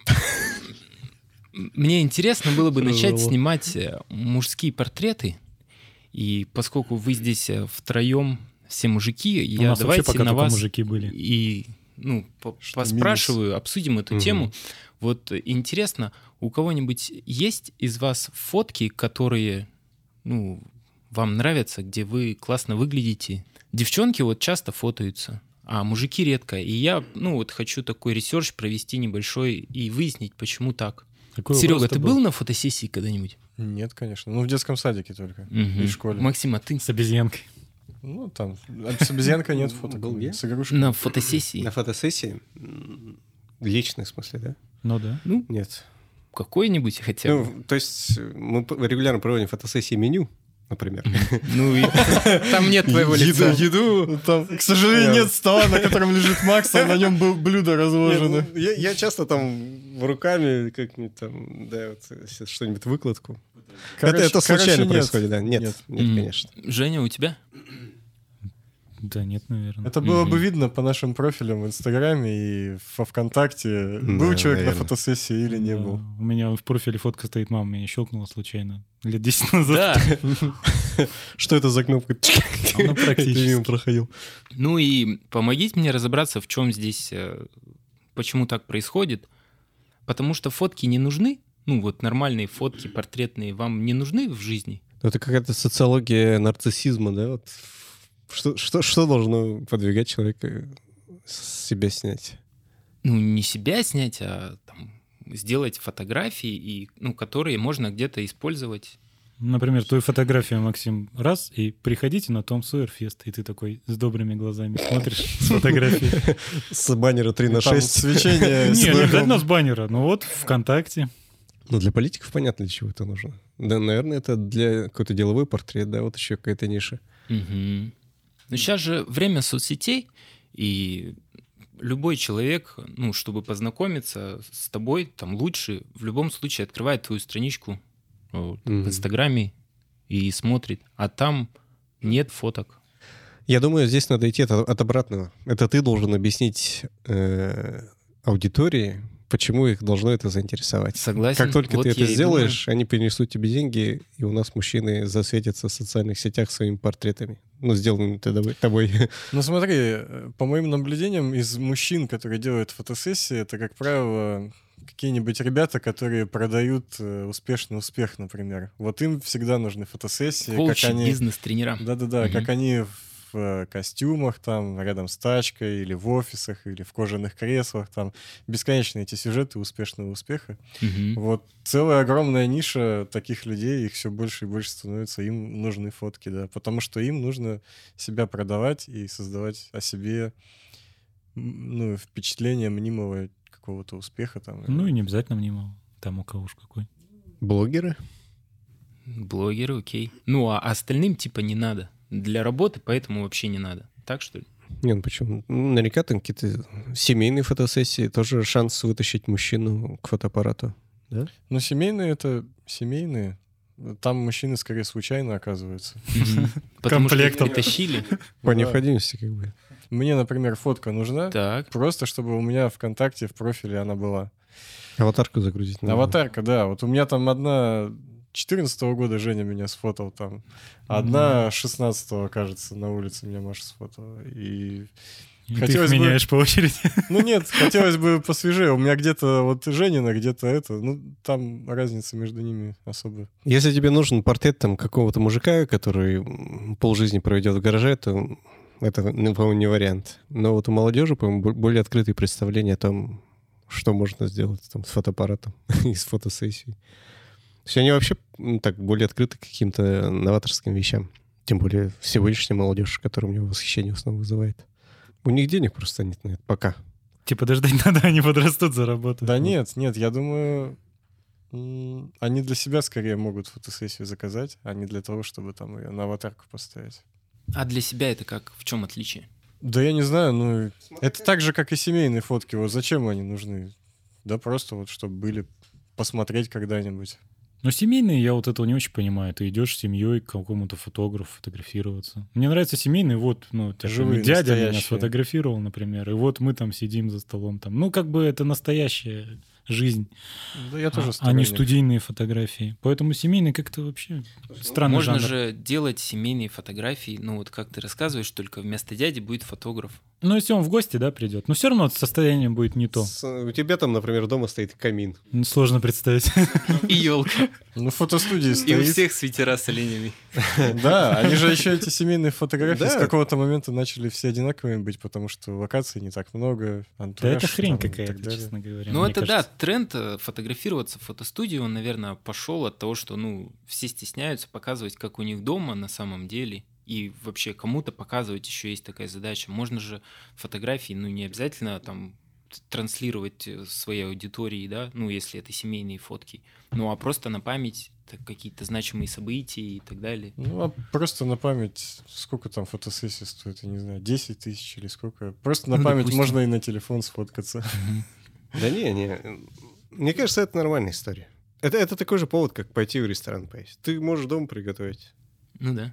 Мне интересно было бы начать Тяжело. снимать э, мужские портреты. И поскольку вы здесь э, втроем все мужики, У я нас вообще давайте пока на только вас мужики были. и ну, по- Что поспрашиваю, обсудим эту Мгм. тему. Вот э, интересно, у кого-нибудь есть из вас фотки, которые, ну, вам нравятся, где вы классно выглядите? Девчонки вот часто фотаются, а мужики редко. И я, ну, вот хочу такой ресерч провести небольшой и выяснить, почему так. Какой Серега, вопрос-то ты был на фотосессии когда-нибудь? Нет, конечно. Ну, в детском садике только. Мгм. И в школе. Максим, а ты С обезьянкой. Ну, там, а с обезьянкой нет фоток. Был где? С игрушкой. на фотосессии? На фотосессии? М, Личной, в смысле, да? Ну да. Ну, Нет. какой-нибудь хотя бы. Ну, то есть мы п- регулярно проводим фотосессии меню, например. Ну, и там нет твоего лица. Еду. Там, к сожалению, нет стола, на котором лежит Макс, а на нем был блюдо разложено. Не, ну, Я, я часто там руками как-нибудь там, да, вот если что-нибудь выкладку. Короче- это это короче, случайно нет. происходит, да? Нет, Нет. нет, Мгм. конечно. Женя, у тебя? Да нет, наверное. Это было бы Мгм. видно по нашим профилям в Инстаграме и во ВКонтакте, был Да, человек на наверное. фотосессии или не Да. был. У меня в профиле фотка стоит, мама меня щелкнула случайно. Лет десять назад. Да. Что это за кнопка? Ну, практически. Ты мимо проходил. Ну и помогите мне разобраться, в чем здесь, э, почему так происходит. Потому что фотки не нужны. Ну вот нормальные фотки, портретные, вам не нужны в жизни? Ну, это какая-то социология нарциссизма, да? Вот. Что, что, что должно подвигать человека себя снять? Ну не себя снять, а там, сделать фотографии, и, ну, которые можно где-то использовать. Например, твою фотографию, Максим, раз, и приходите на Том Сойер Фест, и ты такой с добрыми глазами смотришь с фотографии. С баннера три на Там шесть. свечение. Не, с не логом. обязательно с баннера, ну вот ВКонтакте. Ну, для политиков понятно, для чего это нужно. Да, наверное, это для какой-то деловой портрет, да, вот еще какая-то ниша. Мгм. Ну сейчас же время соцсетей, и любой человек, ну, чтобы познакомиться с тобой, там лучше, в любом случае открывает твою страничку вот, Мгм. в Инстаграме и смотрит, а там нет фоток. Я думаю, здесь надо идти от, от обратного. Это ты должен объяснить э, аудитории, почему их должно это заинтересовать. Согласен. Как только Вот ты я это и сделаешь, они принесут тебе деньги, и у нас мужчины засветятся в социальных сетях своими портретами. Ну, сделанными тобой. тобой. Ну смотри, э, по моим наблюдениям, из мужчин, которые делают фотосессии, это, как правило, какие-нибудь ребята, которые продают э, успешный успех, например. Вот им всегда нужны фотосессии, Коучи, как они... бизнес-тренера. Да-да-да, Мгм. как они в э, костюмах, там, рядом с тачкой, или в офисах, или в кожаных креслах, там. Бесконечные эти сюжеты успешного успеха. Мгм. Вот целая огромная ниша таких людей, их все больше и больше становится, им нужны фотки, да, потому что им нужно себя продавать и создавать о себе, м, ну, впечатление мнимого какого-то успеха там. Ну и не обязательно внимал. Там у кого уж какой. Блогеры? Блогеры, окей. Ну, а остальным типа не надо. Для работы поэтому вообще не надо. Так что ли? Не, ну почему? Ну, наверняка там какие-то семейные фотосессии, тоже шанс вытащить мужчину к фотоаппарату. Да? Но семейные — это семейные. Там мужчины скорее случайно оказываются. Мгм. Потому что их Комплектом. притащили. По Да. необходимости, как бы. Мне, например, фотка нужна, Так. просто чтобы у меня ВКонтакте в профиле она была. Аватарку загрузить надо. Аватарка, да. Вот у меня там одна четырнадцатого года Женя меня сфотал там. Одна шестнадцатого, кажется, на улице меня Маша сфотала. И... И хотелось ты их бы... меняешь по очереди. Ну нет, хотелось бы посвежее. У меня где-то вот Женина, где-то это. Ну, там разница между ними особая. Если тебе нужен портрет там какого-то мужика, который полжизни проведет в гараже, то это, по-моему, не вариант. Но вот у молодежи, по-моему, более открытые представления о том, что можно сделать там с фотоаппаратом и с фотосессией. То есть они вообще ну, так более открыты к каким-то новаторским вещам. Тем более сегодняшняя молодежь, которая у меня восхищение в основном вызывает. У них денег просто нет на это пока. Типа подождать надо, они подрастут, заработают. Да нет, нет, я думаю, м, они для себя скорее могут фотосессию заказать, а не для того, чтобы там ее на аватарку поставить. А для себя это как? В чем отличие? Да я не знаю, ну, это так же, как и семейные фотки. Вот зачем они нужны? Да просто вот, чтобы были, посмотреть когда-нибудь. Но семейные я вот этого не очень понимаю. Ты идешь с семьей к какому-то фотографу фотографироваться. Мне нравятся семейные, вот, ну, Живые, дядя меня настоящие. сфотографировал, например, и вот мы там сидим за столом. Там. Ну, как бы это настоящая жизнь, Да я тоже а, а не сторонник. студийные фотографии. Поэтому семейные как-то вообще странный Можно жанр. же делать семейные фотографии, ну вот как ты рассказываешь, только вместо дяди будет фотограф. Ну, если он в гости, да, придет. Но все равно состояние будет не то. С- у тебя там, например, дома стоит камин. Ну, сложно представить. И елка. Ну, в фотостудии И у стоит. всех свитера с оленями. Да, они же еще эти семейные фотографии Да. с какого-то момента начали все одинаковыми быть, потому что локаций не так много, Да антураж это хрень там и какая-то, так далее. честно говоря. Ну мне это кажется. да, тренд э, фотографироваться в фотостудии, он, наверное, пошел от того, что, ну, все стесняются показывать, как у них дома на самом деле. И вообще кому-то показывать еще есть такая задача. Можно же фотографии, ну, не обязательно там т- транслировать э, своей аудитории, да, ну, если это семейные фотки, ну, а просто на память так, какие-то значимые события и так далее. Ну, а просто на память, сколько там фотосессии стоит, я не знаю, десять тысяч или сколько. Просто на Ну, память допустим. можно и на телефон сфоткаться. Да не, не. Мне кажется, это нормальная история. Это, это такой же повод, как пойти в ресторан поесть. Ты можешь дома приготовить. Ну да.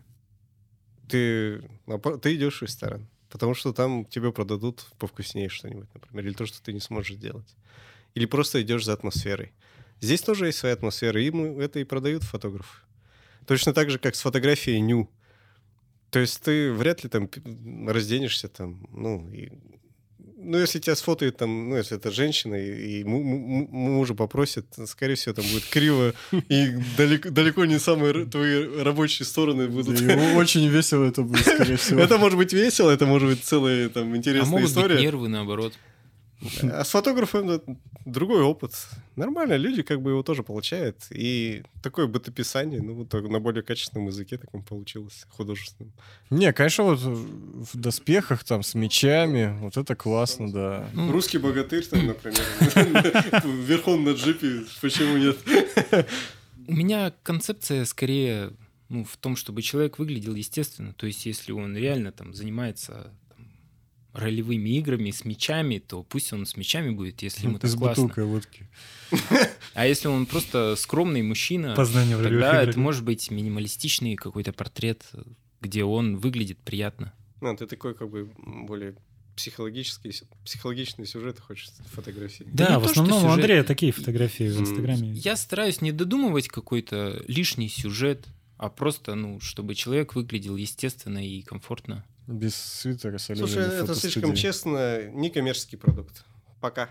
Ты, а по- ты идешь в ресторан, потому что там тебе продадут повкуснее что-нибудь, например, или то, что ты не сможешь сделать. Или просто идешь за атмосферой. Здесь тоже есть своя атмосфера, и ему это и продают фотографы. Точно так же, как с фотографией ню. То есть ты вряд ли там п- разденешься там, ну, и... Ну, если тебя сфотают там, ну, если это женщина, и, и му- му- мужа попросят, скорее всего, там будет криво, и далеко, далеко не самые р- твои рабочие стороны будут. И очень весело это будет, скорее всего. Это может быть весело, это может быть целая там А интересная могут история. быть нервы, наоборот. А с фотографом это другой опыт. Нормально, люди как бы его тоже получают. И такое бытописание, ну, вот так на более качественном языке таком получилось, художественном. Не, конечно, вот в доспехах там с мечами, вот это классно, да. Ну, Русский богатырь там, например, верхом на джипе, почему нет? У меня концепция скорее ну, в том, чтобы человек выглядел естественно. То есть, если он реально там занимается там, ролевыми играми с мечами, то пусть он с мечами будет, если ему так С классно. бутылкой водки. А если он просто скромный мужчина, Познание в ролевых тогда играх. это может быть минималистичный какой-то портрет, где он выглядит приятно. Ну, ты такой как бы более психологический, психологичный сюжет хочешь фотографировать. Да Да, не в то, что основном у сюжет. Андрея такие фотографии в М, Инстаграме. Я стараюсь не додумывать какой-то лишний сюжет, а просто, ну, чтобы человек выглядел естественно и комфортно. Без свитера с оленями Слушай, в это фотостудии. слишком честно, не коммерческий продукт. Пока.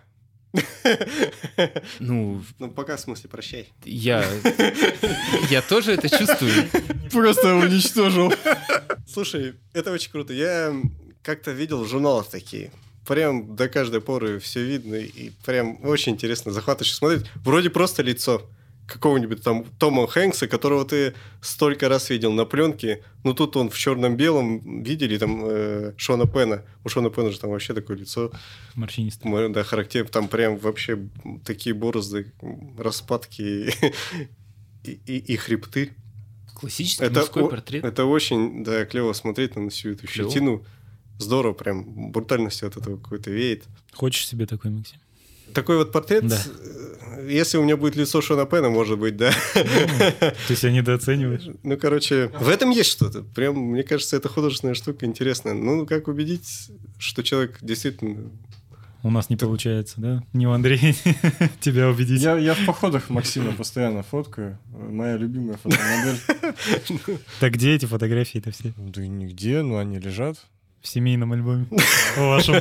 Ну, Ну, пока, в смысле, прощай. я, я тоже это чувствую. Просто уничтожил. Слушай, это очень круто. Я как-то видел в журналах такие. Прям до каждой поры все видно. И прям очень интересно, захватывающе смотреть. Вроде просто лицо какого-нибудь там Тома Хэнкса, которого ты столько раз видел на пленке. Ну, тут он в черном-белом. Видели там э, Шона Пена. У Шона Пена же там вообще такое лицо. Морщинистый. М, Да, характер. Там прям вообще такие борозды, распадки и, и, и хребты. Классический Это, мужской о- портрет. это очень, да, клево смотреть на всю эту Клево. щетину. Здорово, прям брутальностью от этого какой-то веет. Хочешь себе такой, Максим? Такой вот портрет, Да. э, если у меня будет лицо Шона Пена, может быть, да. Ты себя недооцениваешь? Ну, короче, в этом есть что-то. Прям, мне кажется, это художественная штука интересная. Ну, как убедить, что человек действительно У нас не получается, да? Не у Андрея тебя убедить. Я, я в походах Максима постоянно фоткаю. Моя любимая фотомодель. Так где эти фотографии-то все? Да нигде, но они лежат. В семейном альбоме вашем.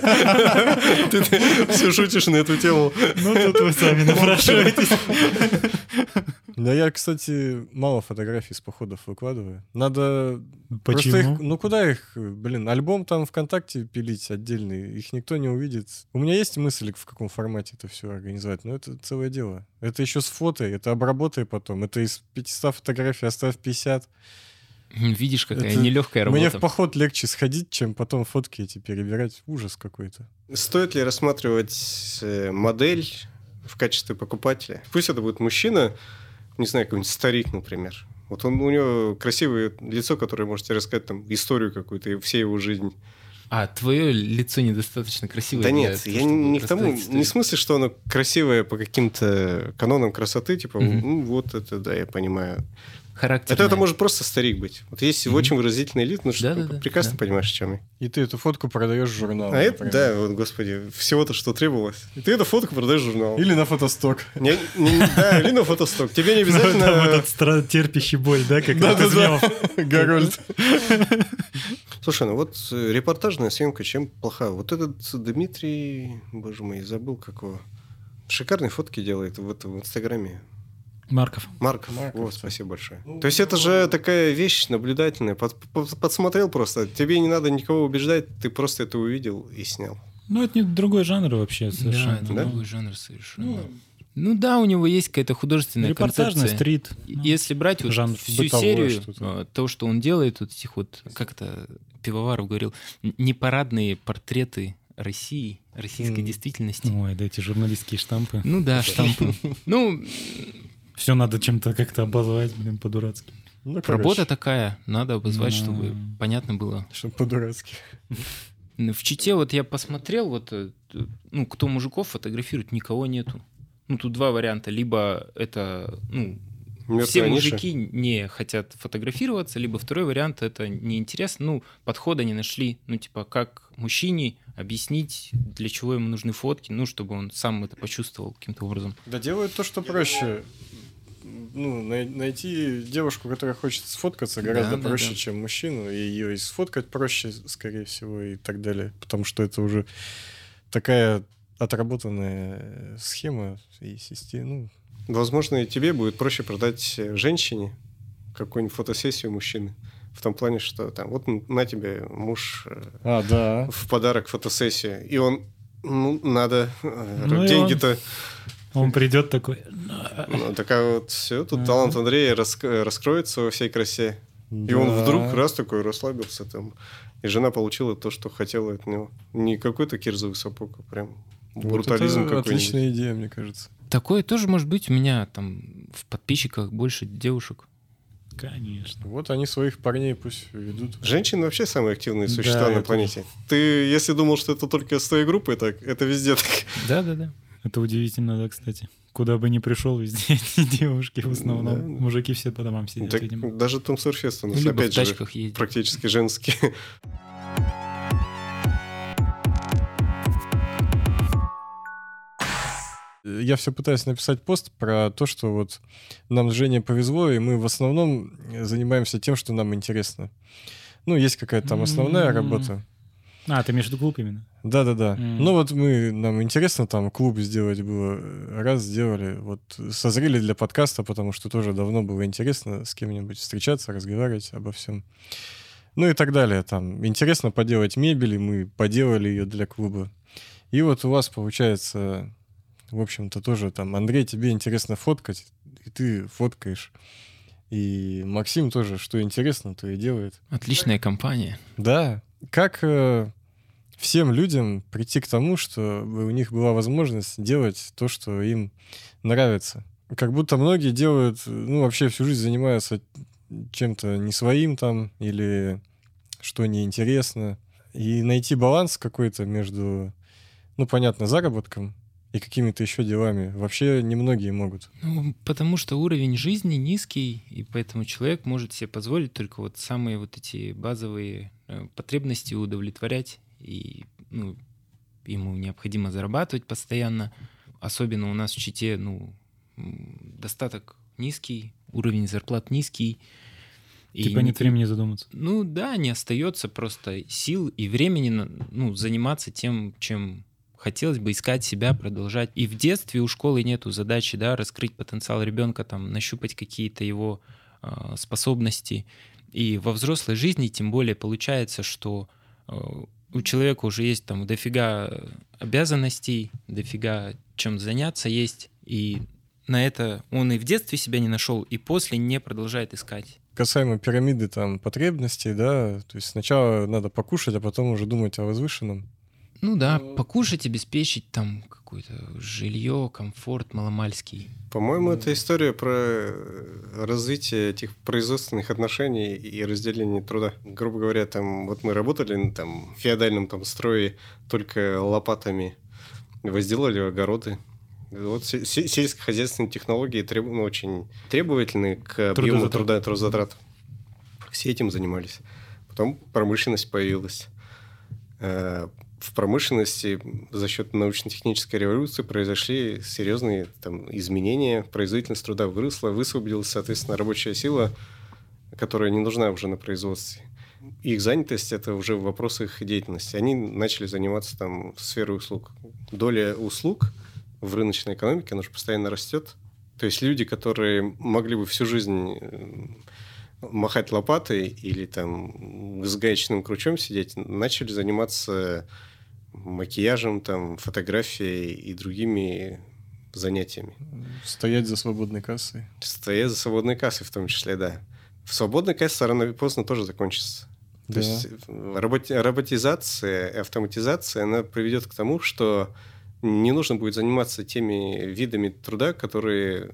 Ты все шутишь на эту тему. Ну, тут вы сами напрашиваетесь. Да я, кстати, мало фотографий с походов выкладываю. Надо... Почему? Просто их, ну куда их, блин, альбом там ВКонтакте пилить отдельный, их никто не увидит. У меня есть мысль, в каком формате это все организовать, но это целое дело. Это еще с фото, это обработай потом, это из пятисот фотографий оставь пятьдесят. Видишь, какая Это нелегкая работа. Мне в поход легче сходить, чем потом фотки эти перебирать. Ужас какой-то. Стоит ли рассматривать модель в качестве покупателя? Пусть это будет мужчина, не знаю, какой-нибудь старик, например. Вот он, у него красивое лицо, которое можете рассказать там историю какую-то и всей его жизни. А твое лицо недостаточно красивое. Да для нет, того, я чтобы не к тому, рассказать историю. не в смысле, что оно красивое по каким-то канонам красоты, типа, Мгм. ну вот это, да, я понимаю. Характерное. Это, это может просто старик быть. Вот есть Мгм. очень выразительный лиц, ну что Да-да-да, ты прекрасно да. понимаешь, о чем я. И ты эту фотку продаешь в журнал. А это, например. да, вот, господи, всего-то, что требовалось. И ты эту фотку продаешь в журнал. Или на фотосток. Не- не- да, или на фотосток. Тебе не Ну, там обязательно... этот стра- терпящий боль, да, как Да, от да, измемов. да. Гарольд. Слушай, ну вот э, репортажная съемка чем плоха? Вот этот Дмитрий, боже мой, забыл как его. Шикарные фотки делает в, этом, в Инстаграме. Марков. Марков. Марков, Вот, да. спасибо большое. То есть это же такая вещь наблюдательная. Под- под- подсмотрел просто. Тебе не надо никого убеждать, ты просто это увидел и снял. Ну, это не другой жанр вообще Да, совершенно. это да? другой жанр совершенно. Ну да, у него есть какая-то художественная Репортажный концепция. стрит. И- Ну, Если брать вот жанр всю бытовое серию, что-то. э, то, что он делает, вот этих вот, как это Пивоваров говорил, н- непарадные портреты России, российской Мгм. действительности. Ой, да эти журналистские штампы. Ну да, штампы. Ну, Все надо чем-то как-то обозвать, блин, по-дурацки. Ну, работа такая, надо обозвать, Ну. чтобы понятно было. Чтобы по-дурацки. В Чите вот я посмотрел, вот, э, ну, кто мужиков фотографирует, никого нету. Ну, тут два варианта. Либо это, ну, все Мертвая ниша. мужики не хотят фотографироваться, либо второй вариант — это неинтересно. Ну, подхода не нашли. Ну, типа, как мужчине объяснить, для чего ему нужны фотки, ну, чтобы он сам это почувствовал каким-то образом. Да делают то, что проще. Ну, най- найти девушку, которая хочет сфоткаться, гораздо Да, да, проще, да. чем мужчину. И ее и сфоткать проще, скорее всего, и так далее. Потому что это уже такая отработанная схема и система. Ну, Возможно, и тебе будет проще продать э, женщине какую-нибудь фотосессию мужчины. В том плане, что там, вот на тебе муж э, а, да. в подарок фотосессию. И он, ну, надо, э, Ну и деньги-то... Он придет такой. Ну, такая вот все, тут Ага. талант Андрея рас- раскроется во всей красе. И он Да. вдруг раз такой расслабился там. И жена получила то, что хотела от него. Не какой-то кирзовый сапог, а прям Вот брутализм это какой-нибудь. отличная идея, мне кажется. Такое тоже может быть. У меня там в подписчиках больше девушек. Конечно. Вот они своих парней пусть ведут. Женщины вообще самые активные Да, существа на это- планете. Ты, если думал, что это только с твоей группы, так это везде так. Да-да-да. Это удивительно, да, кстати. Куда бы ни пришел, везде эти девушки в основном. Да. Мужики все по домам сидят, Так видимо. даже Том Сурфест у нас, Либо в опять же, тачках ездят. практически женский. Я все пытаюсь написать пост про то, что вот нам с Женей повезло, и мы в основном занимаемся тем, что нам интересно. Ну, есть какая-то там основная М. работа. А, ты имеешь в виду клуб именно? Да-да-да. М. Ну вот мы, нам интересно там клуб сделать было, раз сделали, вот созрели для подкаста, потому что тоже давно было интересно с кем-нибудь встречаться, разговаривать обо всем. Ну и так далее. Там интересно поделать мебель, и мы поделали ее для клуба. И вот у вас получается, в общем-то, тоже там, Андрей, тебе интересно фоткать, и ты фоткаешь. И Максим тоже, что интересно, то и делает. Отличная компания. Да. Как э, всем людям прийти к тому, чтобы у них была возможность делать то, что им нравится? Как будто многие делают, ну, вообще всю жизнь занимаются чем-то не своим там, или что неинтересно. И найти баланс какой-то между, ну, понятно, заработком и какими-то еще делами вообще немногие могут. Ну, потому что уровень жизни низкий, и поэтому человек может себе позволить только вот самые вот эти базовые э, потребности удовлетворять и, ну, ему необходимо зарабатывать постоянно. Особенно у нас в Чите, ну, достаток низкий, уровень зарплат низкий. Типа нет времени задуматься. Ну да, не остается просто сил и времени, ну, заниматься тем, чем хотелось бы, искать себя, продолжать. И в детстве у школы нету задачи, да, раскрыть потенциал ребенка, там, нащупать какие-то его э, способности. И во взрослой жизни тем более получается, что э, у человека уже есть там дофига обязанностей, дофига чем заняться есть, и на это он и в детстве себя не нашел, и после не продолжает искать. Касаемо пирамиды там потребностей, да, то есть сначала надо покушать, а потом уже думать о возвышенном. Ну да, покушать, обеспечить там какое-то жилье, комфорт маломальский. По-моему, это история про развитие этих производственных отношений и разделение труда. Грубо говоря, там вот мы работали там, в феодальном там, строе только лопатами, возделали огороды. Вот сельскохозяйственные технологии треб... ну, очень требовательны к объему труда и трудозатрат. Все этим занимались. Потом промышленность появилась. В промышленности за счет научно-технической революции произошли серьезные там, изменения. Производительность труда выросла, высвободилась, соответственно, рабочая сила, которая не нужна уже на производстве. Их занятость – это уже вопрос их деятельности. Они начали заниматься там, сферой услуг. Доля услуг в рыночной экономике, она же постоянно растет. То есть люди, которые могли бы всю жизнь махать лопатой или там с гаечным крючом сидеть, начали заниматься макияжем, там, фотографией и другими занятиями. Стоять за свободной кассой. Стоять за свободной кассой в том числе, да. В свободной кассе рано или поздно тоже закончится. Да. То есть роботи- роботизация и автоматизация, она приведет к тому, что не нужно будет заниматься теми видами труда, которые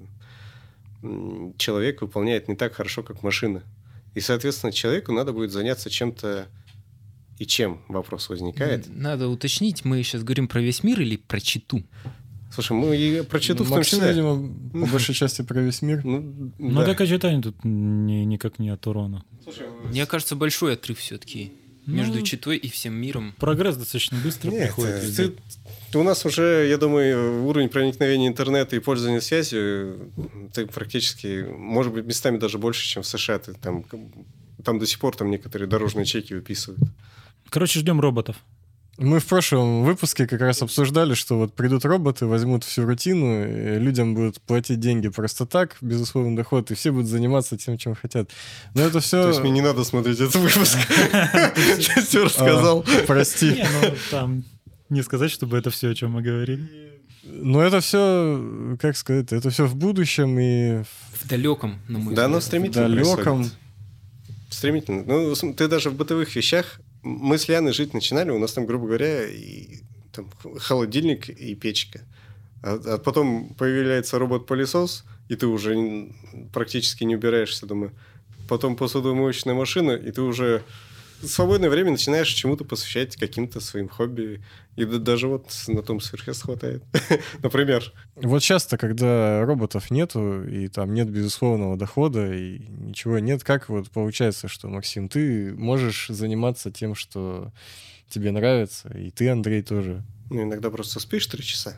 человек выполняет не так хорошо, как машина. И, соответственно, человеку надо будет заняться чем-то. И чем вопрос возникает? Надо уточнить, мы сейчас говорим про весь мир или про Читу? Слушай, мы и про Читу ну, в том Максим, числе. видимо, по большей части про весь мир. Ну, ну да. Так Чита тут не, никак не от урона. Слушай, мне кажется, большой отрыв все-таки ну, между Читой и всем миром. Прогресс достаточно быстро Нет, приходит. Ты, ты, у нас уже, я думаю, уровень проникновения интернета и пользования связью ты практически, может быть, местами даже больше, чем в США. Ты, там, там до сих пор там некоторые дорожные чеки выписывают. Короче, ждем роботов. Мы в прошлом выпуске как раз обсуждали, что вот придут роботы, возьмут всю рутину, и людям будут платить деньги просто так, безусловный доход, и все будут заниматься тем, чем хотят. Но это все... То есть мне не надо смотреть этот выпуск. Ты все рассказал. Прости. Там не сказать, чтобы это все, о чем мы говорили. Но это все, как сказать, это все в будущем и... В далеком, на мой взгляд. Да, но стремительно далеком. Стремительно. Ну, ты даже в бытовых вещах... Мы с Лианой жить начинали, у нас там, грубо говоря, и, там, холодильник и печка. А, а потом появляется робот-пылесос, и ты уже практически не убираешься дома. Потом посудомоечная машина, и ты уже в свободное время начинаешь чему-то посвящать, каким-то своим хобби. И даже вот на том сверхвес хватает. Например. Вот часто, когда роботов нету, и там нет безусловного дохода, и ничего нет, как вот получается, что, Максим, ты можешь заниматься тем, что тебе нравится, и ты, Андрей, тоже. Ну, иногда просто спишь три часа.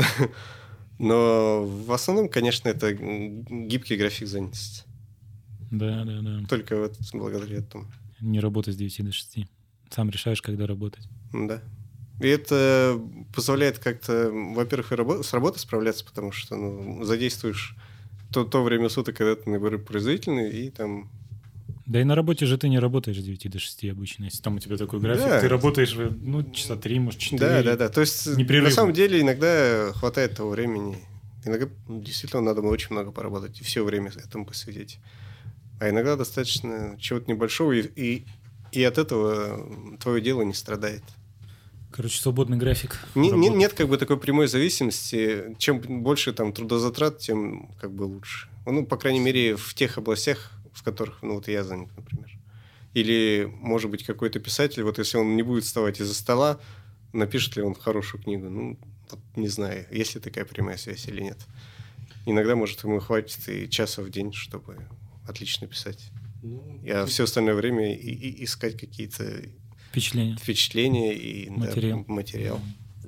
Но в основном, конечно, это гибкий график занятости. Да, да, да. Только вот благодаря этому. Не работай с девяти до шести. Сам решаешь, когда работать. Да. И это позволяет как-то, во-первых, и рабо- с работой справляться, потому что ну, задействуешь то, то время суток, когда ты наоборот производительный, и там... Да и на работе же ты не работаешь с девяти до шести обычно. Если там у тебя такой график, да. ты работаешь, ну, часа три, может, четыре. Да, да, да. То есть, на самом деле, иногда хватает того времени. Иногда действительно надо очень много поработать и все время этому посвятить. А иногда достаточно чего-то небольшого, и, и, и от этого твое дело не страдает. Короче, свободный график. Не, не, нет как бы такой прямой зависимости. Чем больше там трудозатрат, тем как бы лучше. Ну, по крайней мере, в тех областях, в которых, ну, вот я занят, например. Или, может быть, какой-то писатель, вот если он не будет вставать из-за стола, напишет ли он хорошую книгу? Ну, вот не знаю, есть ли такая прямая связь или нет. Иногда, может, ему хватит и часа в день, чтобы отлично писать. Ну, а все остальное время и, и искать какие-то... Впечатления. Впечатления и материал. Да, материал.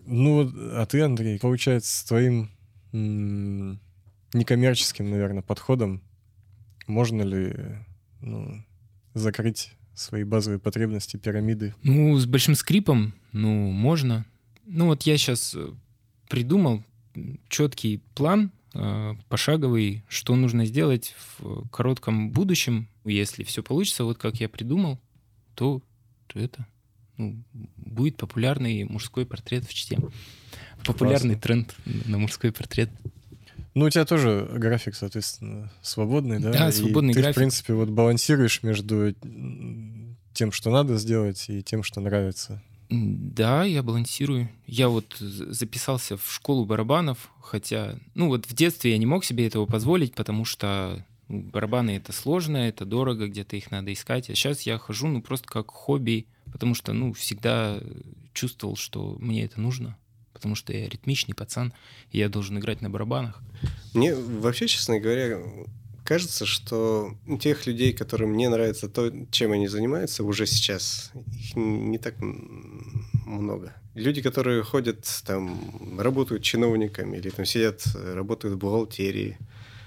Ну, а ты, Андрей, получается, с твоим м- некоммерческим, наверное, подходом можно ли ну, закрыть свои базовые потребности пирамиды? Ну, с большим скрипом, ну, можно. Ну, вот я сейчас придумал четкий план, э, пошаговый, что нужно сделать в коротком будущем. Если все получится, вот как я придумал, то, то это ну, будет популярный мужской портрет в чте. Популярный тренд на мужской портрет. Ну, у тебя тоже график, соответственно, свободный, да? Да, свободный и ты, график. в принципе, вот балансируешь между тем, что надо сделать, и тем, что нравится. Да, я балансирую. Я вот записался в школу барабанов, хотя, ну вот в детстве я не мог себе этого позволить, потому что барабаны — это сложно, это дорого, где-то их надо искать. А сейчас я хожу, ну, просто как хобби, потому что, ну, всегда чувствовал, что мне это нужно, потому что я ритмичный пацан, и я должен играть на барабанах. Мне вообще, честно говоря, кажется, что тех людей, которым не нравится то, чем они занимаются уже сейчас, их не так много. Люди, которые ходят, там, работают чиновниками или там сидят, работают в бухгалтерии,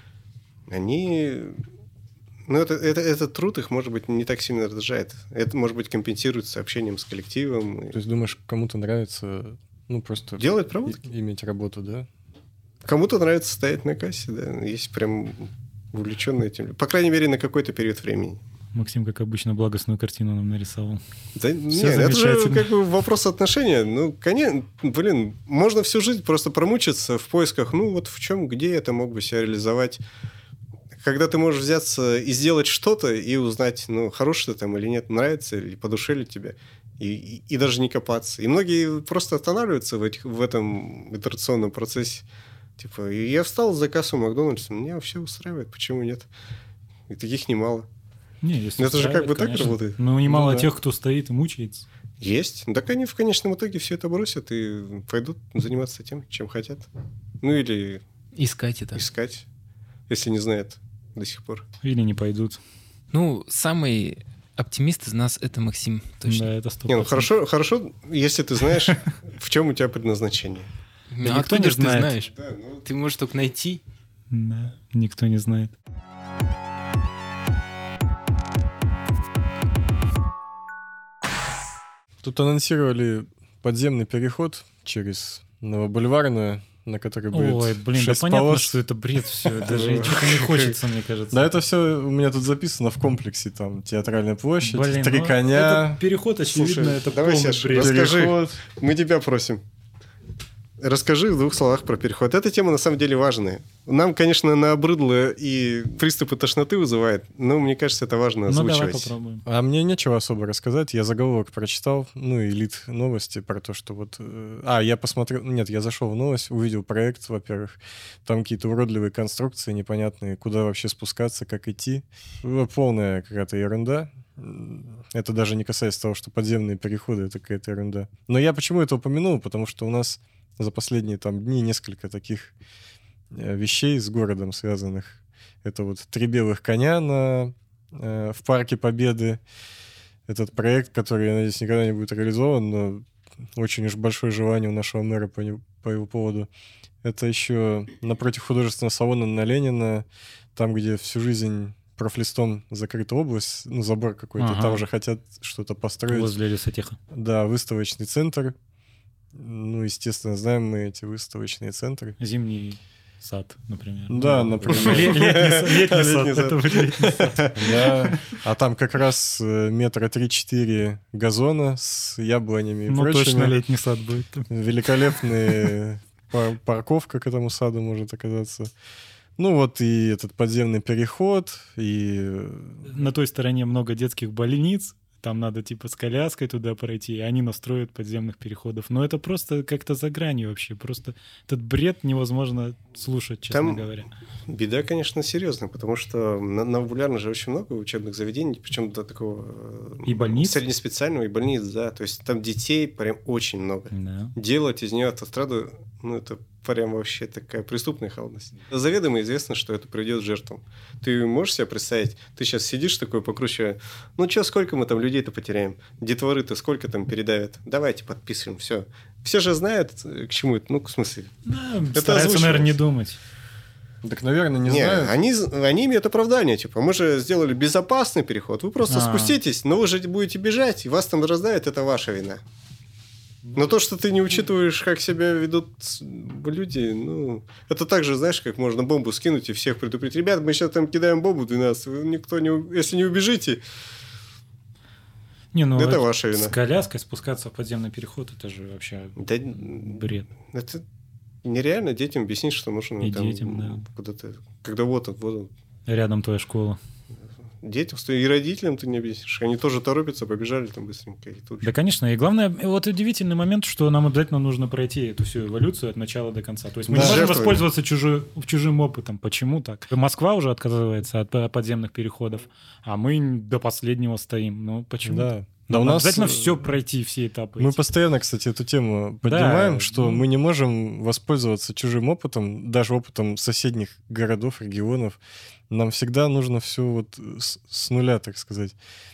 они... Ну, это, это, этот труд их, может быть, не так сильно раздражает. Это, может быть, компенсируется общением с коллективом. То есть, думаешь, кому-то нравится, ну, просто... Делать проводки? И, иметь работу, да? Кому-то нравится стоять на кассе, да. Есть прям увлеченные этим. По крайней мере, на какой-то период времени. Максим, как обычно, благостную картину нам нарисовал. Да нет, это же как бы вопрос отношения. Ну, конечно, блин, можно всю жизнь просто промучиться в поисках, ну, вот в чем, где это мог бы себя реализовать. Когда ты можешь взяться и сделать что-то, и узнать, ну, хорошее это там или нет, нравится, или по душе ли тебе, и, и, и даже не копаться. И многие просто останавливаются в, этих, в этом итерационном процессе. Типа, и я встал за кассу Макдональдса, меня вообще устраивает, почему нет? И таких немало. Не, если это же как бы конечно. так работает. Ну, немало ну, да. тех, кто стоит и мучается. Есть. Так они в конечном итоге все это бросят и пойдут заниматься тем, чем хотят. Ну, или... Искать это. Искать, если не знают до сих пор. Или не пойдут. Ну, самый оптимист из нас — это Максим, точно. Да, это сто процентов. Не, ну хорошо, хорошо, если ты знаешь, в чем у тебя предназначение. Ну, Да а никто откуда не ж ты знает. знаешь? Да, ну... Ты можешь только найти. Да, никто не знает. Тут анонсировали подземный переход через Новобульварную, на который будет Ой, блин, да шесть понятно, полос. что это бред все. Даже что-то не хочется, мне кажется. Да, это все у меня тут записано в комплексе, там, Театральная площадь, Блин, Три ну, коня, этот переход, очевидно, Слушай, это давай, полный Саш, бред. расскажи. переход. Мы тебя просим. Расскажи в двух словах про переход. Эта тема на самом деле важная. Нам, конечно, наобрыдло и приступы тошноты вызывает, но мне кажется, это важно Ну, давай озвучивать. попробуем. А мне нечего особо рассказать. Я заголовок прочитал, ну и лид новости про то, что вот... э, А, я посмотрел... Нет, я зашел в новость, увидел проект, во-первых. Там какие-то уродливые конструкции непонятные, куда вообще спускаться, как идти. Ну, полная какая-то ерунда. Это даже не касается того, что подземные переходы — это какая-то ерунда. Но я почему это упомянул? Потому что у нас за последние там дни несколько таких э, вещей с городом связанных. Это вот три белых коня на, э, в Парке Победы. Этот проект, который, я надеюсь, никогда не будет реализован, но очень уж большое желание у нашего мэра по, не, по его поводу. Это еще напротив художественного салона на Ленина, там, где всю жизнь профлистом закрыта область, ну, забор какой-то, Ага. там уже хотят что-то построить. Возле лесотеха. Да, выставочный центр. Ну, естественно, знаем мы эти выставочные центры. Зимний сад, например. Да, Ну, например. ле- Летний сад. Летний сад. Летний сад. Это будет летний сад. Да. А там как раз э, метра три-четыре газона с яблонями и Ну, прочими. точно летний сад будет. Великолепная пар- парковка к этому саду может оказаться. Ну вот и этот подземный переход, и... На той стороне много детских больниц. Там надо типа с коляской туда пройти, и они настроят подземных переходов. Но это просто как-то за гранью вообще. Просто этот бред невозможно слушать, честно Там говоря. беда, конечно, серьезная, потому что на Новобульварной же очень много учебных заведений, причем до такого э, И больниц? среднеспециального, и больниц, да. То есть там детей прям очень много. Да. Делать из нее автостраду, ну, это прям вообще такая преступная халатность. Заведомо известно, что это приведет к жертвам. Ты можешь себе представить, ты сейчас сидишь такой, покручивая, ну что, сколько мы там людей-то потеряем? Детворы-то сколько там передавят? Давайте подписываем, все. все же знают, к чему это. Ну, в смысле... Да, стараются, наверное, не думать. Так, наверное, не, не знают. Они, они имеют оправдание. Типа, мы же сделали безопасный переход. Вы просто А-а-а. спуститесь, но вы же будете бежать, и вас там раздавят, это ваша вина. Но то, что ты не учитываешь, как себя ведут люди, ну... Это так же, знаешь, как можно бомбу скинуть и всех предупредить. Ребят, мы сейчас там кидаем бомбу двенадцать, вы никто не... Если не убежите, не, ну, это это ваша вина. С коляской спускаться в подземный переход, это же вообще Да, бред. Это нереально детям объяснить, что нужно И там, детям, да. куда-то... Когда вот он, вот он. Рядом твоя школа. Детям, и родителям ты не объяснишь. Они тоже торопятся, побежали там быстренько. И тут... Да, конечно. И главное, вот удивительный момент, что нам обязательно нужно пройти эту всю эволюцию от начала до конца. То есть мы Да. не можем Жертвами. воспользоваться чужой, чужим опытом. Почему так? Москва уже отказывается от подземных переходов, а мы до последнего стоим. Ну, почему? Да. Да, Нам у нас обязательно все пройти, все этапы. Мы эти. постоянно, кстати, эту тему поднимаем, Да, что ну... мы не можем воспользоваться чужим опытом, даже опытом соседних городов, регионов. Нам всегда нужно все вот с, с нуля, так сказать.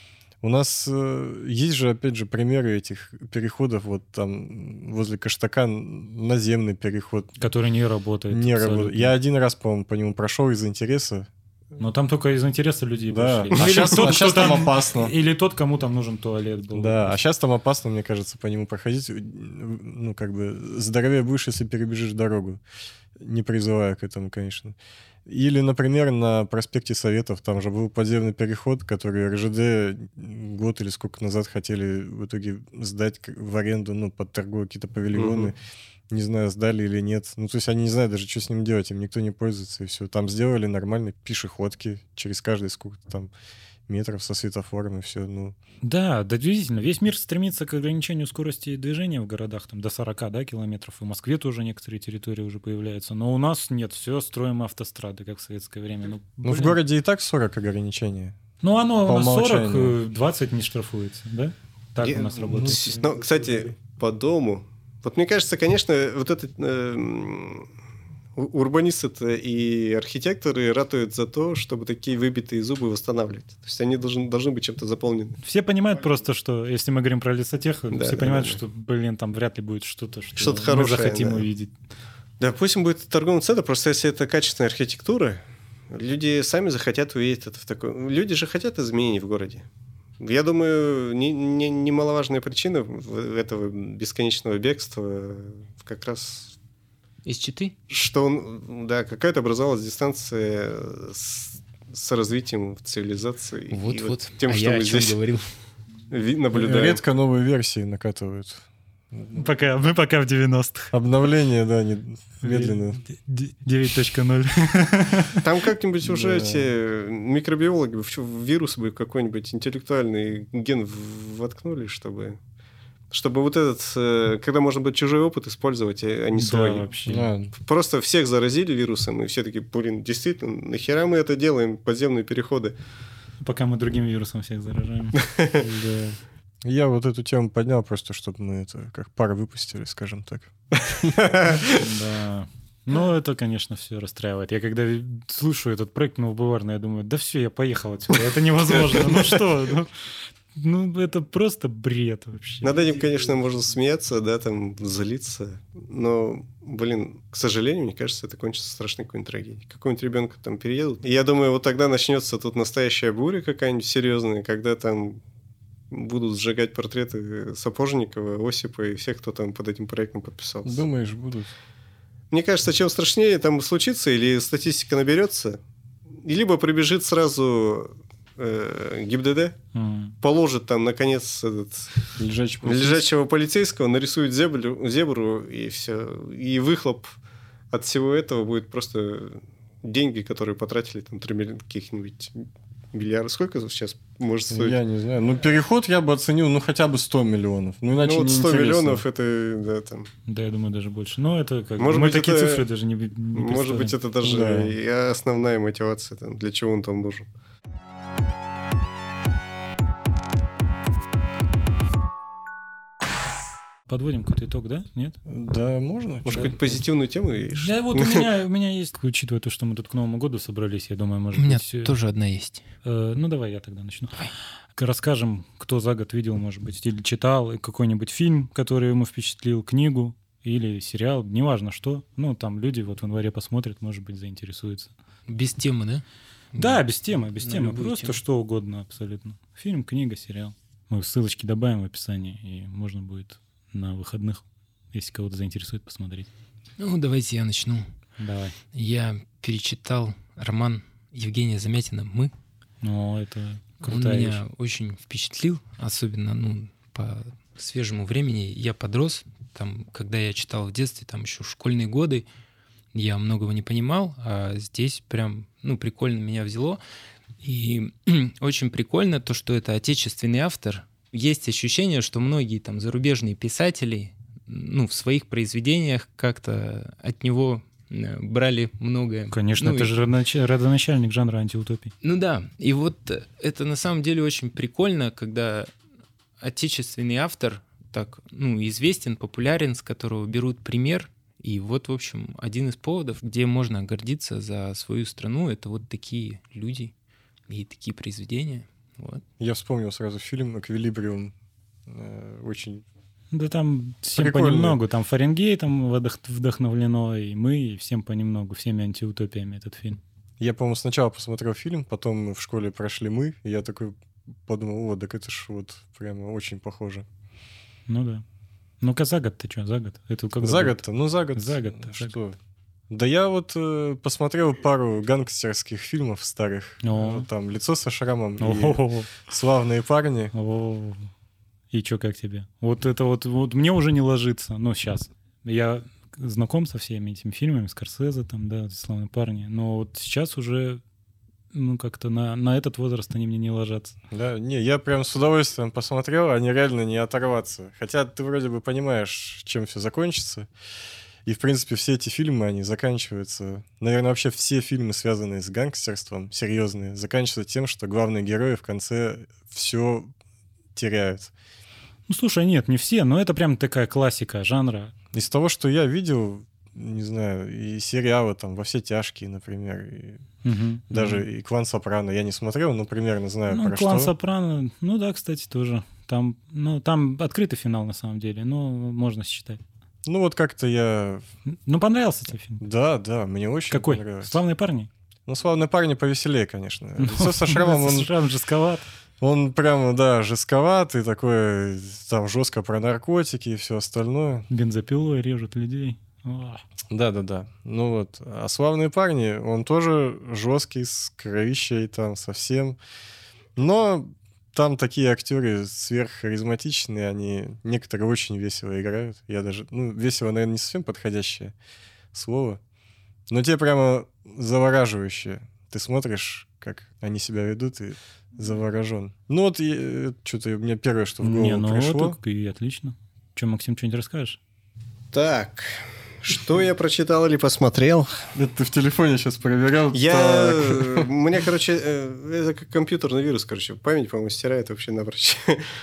У нас э, есть же, опять же, примеры этих переходов. Вот там возле Каштака наземный переход. Который не работает. Не абсолютно. работает. Я один раз, по-моему, по нему прошел из интереса. Но там только из интереса людей Да. пошли. А Или щас- тот, а кто щас там опасно. Или тот, кому там нужен туалет был. Да, а сейчас там опасно, мне кажется, по нему проходить. Ну, как бы, здоровее будешь, если перебежишь дорогу. Не призываю к этому, конечно. Или, например, на проспекте Советов, там же был подземный переход, который эр жэ дэ год или сколько назад хотели в итоге сдать в аренду, ну, под торговые какие-то павильоны. Мгм. Не знаю, сдали или нет. Ну, то есть они не знают даже, что с ним делать, им никто не пользуется, и все. Там сделали нормальные пешеходки через каждые сколько-то там метров со светофором, и все, ну... Да, да, действительно. Весь мир стремится к ограничению скорости движения в городах, там, до сорок, да, километров. В Москве тоже некоторые территории уже появляются. Но у нас нет, все строим автострады, как в советское время. Ну, Ну, в блин. городе и так сорок ограничений. Ну, оно по у нас сорок, умолчанию. э, двадцать не штрафуется, да? Так Я- у нас работает. Ну, кстати, по дому. Вот мне кажется, конечно, вот этот э, м, у- урбанисты и архитекторы ратуют за то, чтобы такие выбитые зубы восстанавливать. То есть они должны, должны быть чем-то заполнены. Все понимают просто, что, если мы говорим про лесотех, Да, все да, понимают, да, да. что, блин, там вряд ли будет что-то, что Что-то мы хорошее, захотим да. увидеть. Допустим, будет торговый центр, просто если это качественная архитектура, люди сами захотят увидеть это в такой... Люди же хотят изменений в городе. Я думаю, не- не- немаловажная причина в- этого бесконечного бегства как раз, Из Читы? что он, да, какая-то образовалась дистанция с, с развитием цивилизации. И Вот-вот. тем, а что я мы о чем здесь говорил. ви- наблюдаем. Редко новые версии накатывают. Пока, мы пока в девяностых. Обновление, да, не, медленно. девять точка ноль. Там как-нибудь уже Да. эти микробиологи в в вирус бы какой-нибудь интеллектуальный ген в- воткнули, чтобы... Чтобы вот этот, э, когда можно будет чужой опыт использовать, а а не Да, свой. вообще. Да. Просто всех заразили вирусом, и все такие, блин, действительно, нахера мы это делаем, подземные переходы? Пока мы другим вирусом всех заражаем. Да. Я вот эту тему поднял просто, чтобы мы это как пар выпустили, скажем так. Да. Ну, это, конечно, все расстраивает. Я когда слышу этот проект новобульварный, я думаю, да все, я поехал отсюда. Это невозможно. Ну что? Ну, ну, это просто бред вообще. Над этим, конечно, можно смеяться, да, там, злиться, но, блин, к сожалению, мне кажется, это кончится страшной какой-нибудь трагедией. Какого-нибудь ребенка там переедут. И я думаю, вот тогда начнется тут настоящая буря какая-нибудь серьезная, когда там будут сжигать портреты Сапожникова, Осипа и всех, кто там под этим проектом подписался. Думаешь, будут? Мне кажется, чем страшнее там случится, или статистика наберется, и либо прибежит сразу э, ГИБДД, М. положит там, наконец, этот, Лежачий полицейский. лежачего полицейского, нарисует зебру, зебру, и все. И выхлоп от всего этого будет просто деньги, которые потратили там три миллиона каких-нибудь миллиардов. Сколько сейчас может стоить? Я не знаю. Ну, переход я бы оценил, ну, хотя бы сто миллионов. Ну, иначе Ну, вот сто неинтересно. миллионов, это, да, там... Да, я думаю, даже больше. Но это как... Может мы быть, такие это- цифры даже не, не Может быть, представляем. это даже Да. и основная мотивация, там, для чего он там нужен. Подводим какой-то итог, да? Нет? Да, можно. Может, Да. какую-то позитивную тему? и ш- Да, вот у меня, у меня есть, учитывая то, что мы тут к Новому году собрались, я думаю, может У меня быть... э, тоже одна есть. э, ну, давай я тогда начну. Расскажем, кто за год видел, может быть, или читал какой-нибудь фильм, который ему впечатлил, книгу или сериал, неважно что. Ну, там люди вот в январе посмотрят, может быть, заинтересуются. Без темы, да? Да, без темы, без На темы. любую Просто тему. что угодно абсолютно. Фильм, книга, сериал. Мы ссылочки добавим в описании, и можно будет на выходных, если кого-то заинтересует, посмотреть. Ну, давайте я начну. Давай. Я перечитал роман Евгения Замятина «Мы». Ну, это Он крутая меня вещь. очень впечатлил, особенно ну, по свежему времени. Я подрос, там, когда я читал в детстве, там еще в школьные годы, я многого не понимал, а здесь прям, ну, прикольно меня взяло. И очень прикольно то, что это отечественный автор. Есть ощущение, что многие там зарубежные писатели, ну, в своих произведениях как-то от него э, брали многое. Конечно, Ну, это и- же родонач- родоначальник жанра антиутопий. Ну да, и вот это на самом деле очень прикольно, когда отечественный автор так, ну, известен, популярен, с которого берут пример. И вот, в общем, один из поводов, где можно гордиться за свою страну, это вот такие люди и такие произведения. Вот. Я вспомнил сразу фильм «Эквилибриум». Э, Очень... Да там всем Прикольно. понемногу. Там Фаренгейтом вдох- вдохновлено, и мы, и всем понемногу, всеми антиутопиями этот фильм. Я, по-моему, сначала посмотрел фильм, потом мы в школе прошли «Мы», и я такой подумал, о, так это ж вот прямо очень похоже. Ну да. Ну-ка за год ты что, за год? Это когда За будет? год-то? Ну, за год. За год-то, за Что? Да я вот э, посмотрел пару гангстерских фильмов старых. О. Э, Там «Лицо со шрамом» и О-о-о. «Славные парни». О. И что, как тебе? Вот это вот, вот мне уже не ложится. Ну, сейчас. Я знаком со всеми этими фильмами, Скорсезе, там, да, «Славные парни». Но вот сейчас уже, ну, как-то на, на этот возраст они мне не ложатся. Да, не, я прям с удовольствием посмотрел, они реально не оторваться. Хотя ты вроде бы понимаешь, чем все закончится. И, в принципе, все эти фильмы, они заканчиваются... Наверное, вообще все фильмы, связанные с гангстерством, серьезные, заканчиваются тем, что главные герои в конце все теряют. Ну, слушай, нет, не все, но это прям такая классика жанра. Из того, что я видел, не знаю, и сериалы там «Во все тяжкие», например, и Мгм. даже Мгм. и «Клан Сопрано» я не смотрел, но примерно знаю, Ну, про «Клан что. Сопрано», ну да, кстати, тоже. Там, ну, там открытый финал, на самом деле, но можно считать. Ну, вот как-то я... Ну, понравился тебе фильм? Да, да, мне очень Какой? понравилось. «Славные парни»? Ну, «Славные парни» повеселее, конечно. «Лицо со шрамом», он, Шрам жестковат. он прямо, да, жестковатый, такой, там жестко про наркотики и все остальное. Бензопилой режут людей. О. Да-да-да. Ну вот. А «Славные парни», он тоже жесткий, с кровищей там совсем. Но там такие актеры сверххаризматичные, они некоторые очень весело играют. Я даже... Ну, весело, наверное, не совсем подходящее слово. Но те прямо завораживающие. Ты смотришь, как они себя ведут, и заворожен. Ну вот, я- что-то у меня первое, что в голову Не, ну пришло. так и отлично. Че, Максим, что-нибудь расскажешь? Так, что я прочитал или посмотрел? Это ты в телефоне сейчас проверял? Я... Так. э, У меня, короче, э, это как компьютерный вирус, короче. Память, по-моему, стирает вообще напрочь.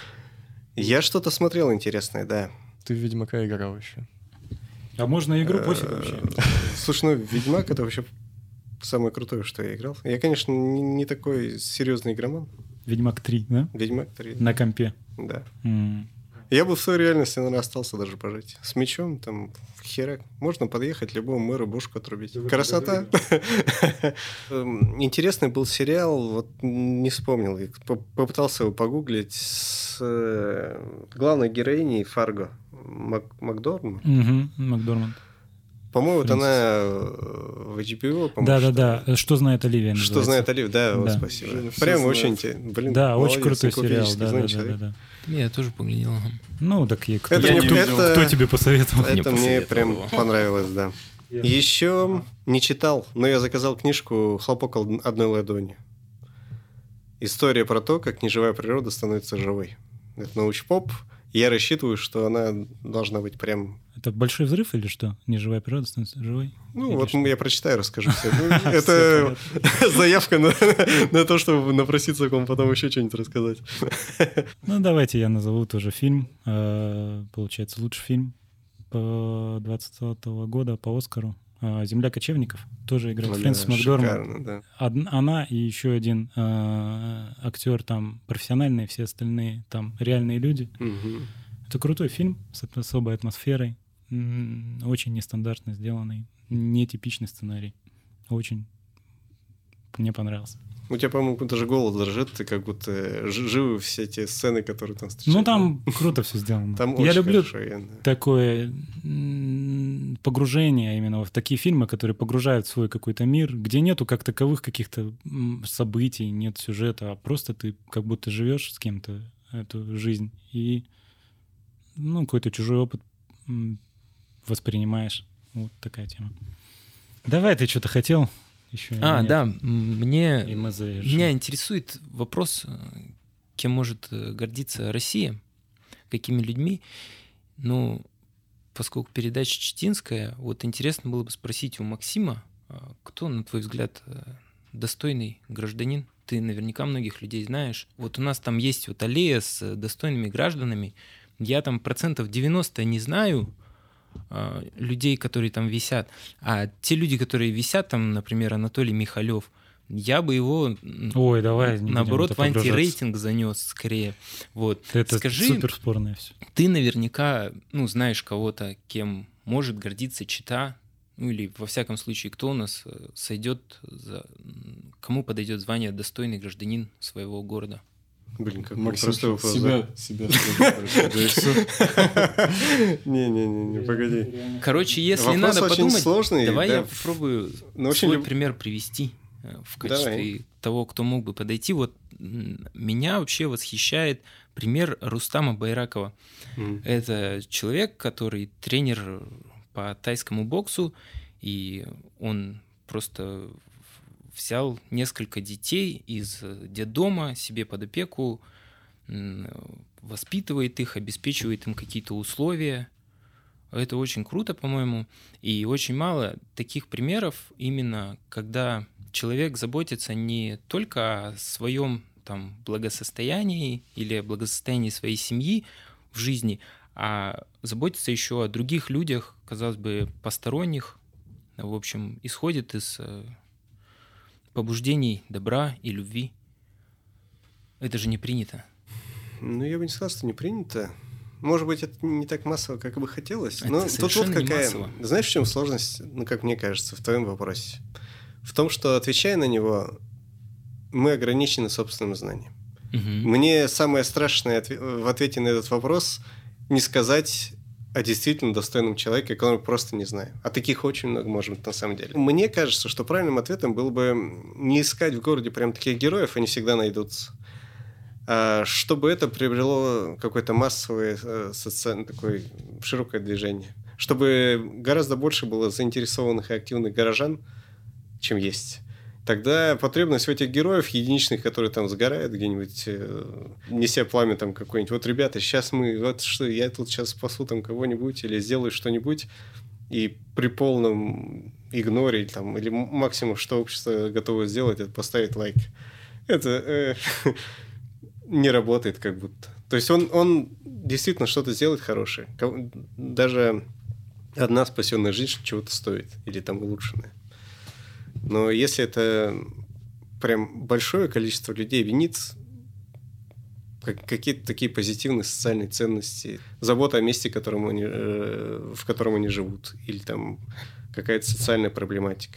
Я что-то смотрел интересное, да. Ты в «Ведьмака» играл еще. А можно игру пофиг вообще? Слушай, ну, «Ведьмак» — это вообще самое крутое, что я играл. Я, конечно, не, не такой серьезный игроман. «Ведьмак три», да? «Ведьмак три». На компе. Да. М. Я бы в своей реальности, наверное, остался даже пожить. С мечом, там, херак. Можно подъехать любому мэру, бошку отрубить. Красота. Эм, Интересный был сериал, вот не вспомнил. Я по- Попытался его погуглить с э, главной героиней Фарго. Мак- Макдорманд. Мгм, Макдорманд. По-моему, вот Фрэнсис. она э, в эйч би о, по-моему. Да-да-да. «Что знает Оливия» Что называется. знает Олив, да, вот Да. спасибо. Блин, всё Прям знает. очень интересно. Блин, Да, очень молодец, крутой сериал. энциклопедически Да, да, знающий да, человек. да, да. Я тоже поглядел. ага. Ну, так и кто, Это кто- не- кто- это- кто тебе посоветовал? Мне Это мне посоветовал прям его. понравилось, да. Еще не читал, но я заказал книжку «Хлопок одной ладони». История про то, как неживая природа становится живой. Это научпоп. Я рассчитываю, что она должна быть прям Это «Большой взрыв» или что? Неживая природа становится живой? Ну, Или вот что? я прочитаю, расскажу все. Это заявка на то, чтобы напроситься к вам потом еще что-нибудь рассказать. Ну, давайте я назову тоже фильм. Получается, лучший фильм по двадцатого года по Оскару. «Земля кочевников». Тоже играет Фрэнсис Макдорманд. Она и еще один актер там профессиональные, все остальные там реальные люди. Это крутой фильм с особой атмосферой, очень нестандартно сделанный, нетипичный сценарий. Очень мне понравился. У тебя, по-моему, даже голос дрожит, ты как будто живы все те сцены, которые там встречаются. Ну, там круто все сделано. Там я очень люблю хорошо, я... такое погружение именно в такие фильмы, которые погружают в свой какой-то мир, где нету как таковых каких-то событий, нет сюжета, а просто ты как будто живешь с кем-то эту жизнь и ну, какой-то чужой опыт воспринимаешь. Вот такая тема. Давай, ты что-то хотел? Еще а, да, мне, И мы меня интересует вопрос, кем может гордиться Россия, какими людьми. Ну, поскольку передача читинская, вот интересно было бы спросить у Максима, кто, на твой взгляд, достойный гражданин? Ты наверняка многих людей знаешь. Вот у нас там есть вот аллея с достойными гражданами. Я там процентов девяносто не знаю э, людей, которые там висят. А те люди, которые висят, там, например, Анатолий Михалев, я бы его, Ой, давай, не наоборот, в антирейтинг занес скорее. Вот. Это Скажи, супер спорное все. Ты наверняка ну, знаешь кого-то, кем может гордиться Чита, ну или, во всяком случае, кто у нас сойдет, за... кому подойдет звание достойный гражданин своего города. Блин, как Максим, простой вопрос. Себя, себя. Не-не-не, погоди. Короче, если Вопрос надо очень подумать, сложный, давай да. я попробую Но свой очень... пример привести в качестве Давай. того, кто мог бы подойти. Вот меня вообще восхищает пример Рустама Байракова. Mm. Это человек, который тренер по тайскому боксу, и он просто взял несколько детей из детдома себе под опеку, воспитывает их, обеспечивает им какие-то условия. Это очень круто, по-моему. И очень мало таких примеров, именно когда человек заботится не только о своем там, благосостоянии или о благосостоянии своей семьи в жизни, а заботится еще о других людях, казалось бы, посторонних. В общем, исходит из побуждений добра и любви. Это же не принято. Ну, я бы не сказал, что не принято. Может быть, это не так массово, как бы хотелось. Это но тут вот какая... массово. Знаешь, в чем сложность, ну, как мне кажется, в твоем вопросе? В том, что, отвечая на него, мы ограничены собственным знанием. Угу. Мне самое страшное в ответе на этот вопрос не сказать о действительно достойном человеке, которого просто не знаю. А таких очень много, может быть, на самом деле. Мне кажется, что правильным ответом было бы не искать в городе прям таких героев, они всегда найдутся. А чтобы это приобрело какое-то массовое, социальное, такое широкое движение. Чтобы гораздо больше было заинтересованных и активных горожан, чем есть. Тогда потребность в этих героев единичных, которые там сгорают где-нибудь, неся пламя там какое-нибудь. Вот, ребята, сейчас мы, вот что, я тут сейчас спасу там кого-нибудь или сделаю что-нибудь, и при полном игноре там, или максимум, что общество готово сделать, это поставить лайк. Это э, не работает как будто. То есть он, он действительно что-то сделает хорошее. Даже одна спасенная жизнь чего-то стоит, или там улучшенная. Но если это прям большое количество людей винит какие-то такие позитивные социальные ценности, забота о месте, которому они, в котором они живут, или там какая-то социальная проблематика.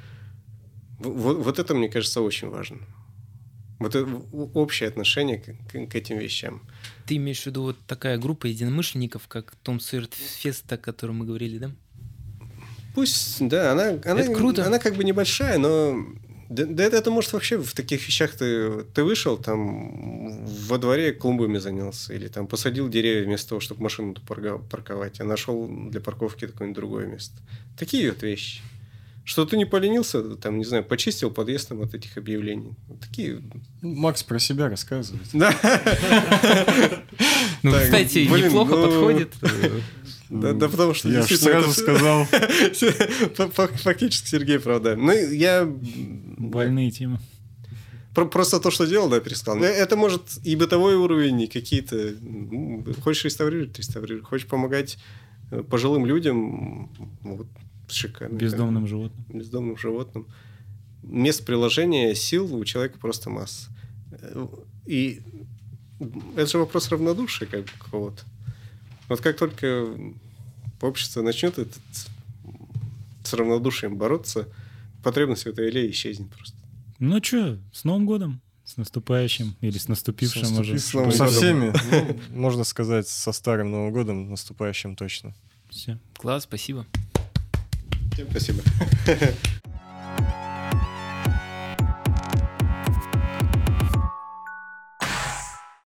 Вот, вот это, мне кажется, очень важно. Вот это общее отношение к, к этим вещам. Ты имеешь в виду вот такая группа единомышленников, как Том Сойер Фест, о котором мы говорили, да? Пусть, да, она, она, это круто. Она как бы небольшая, но да, да это, это может вообще в таких вещах ты, ты вышел, там во дворе клумбами занялся, или там посадил деревья вместо того, чтобы машину парковать, а нашел для парковки какое-нибудь другое место. Такие вот вещи. Что ты не поленился, там, не знаю, почистил подъезд там, от этих объявлений. Вот такие... Макс про себя рассказывает. Да. Ну, кстати, неплохо подходит. Да, да потому что Я ж действительно сразу сказал. это- Фактически Сергей, правда. Ну, я... Больные темы. Про- Просто то, что делал, да, пересказал. Э, Это может и бытовой уровень, и какие-то... ну, Хочешь реставрировать, реставрируй. Хочешь помогать э, пожилым людям, ну, вот, шикарно. Бездомным животным. Бездомным животным. Мест приложения сил у человека просто масса. Э, И это же вопрос равнодушия как бы какого-то. Вот как только общество начнет этот, с равнодушием бороться, потребность в этой аллее исчезнет просто. Ну что, с Новым годом, с наступающим или с наступившим С уже. наступившим. Со всеми, ну, можно сказать, со старым Новым годом, наступающим точно. Все. Класс, спасибо. Всем спасибо.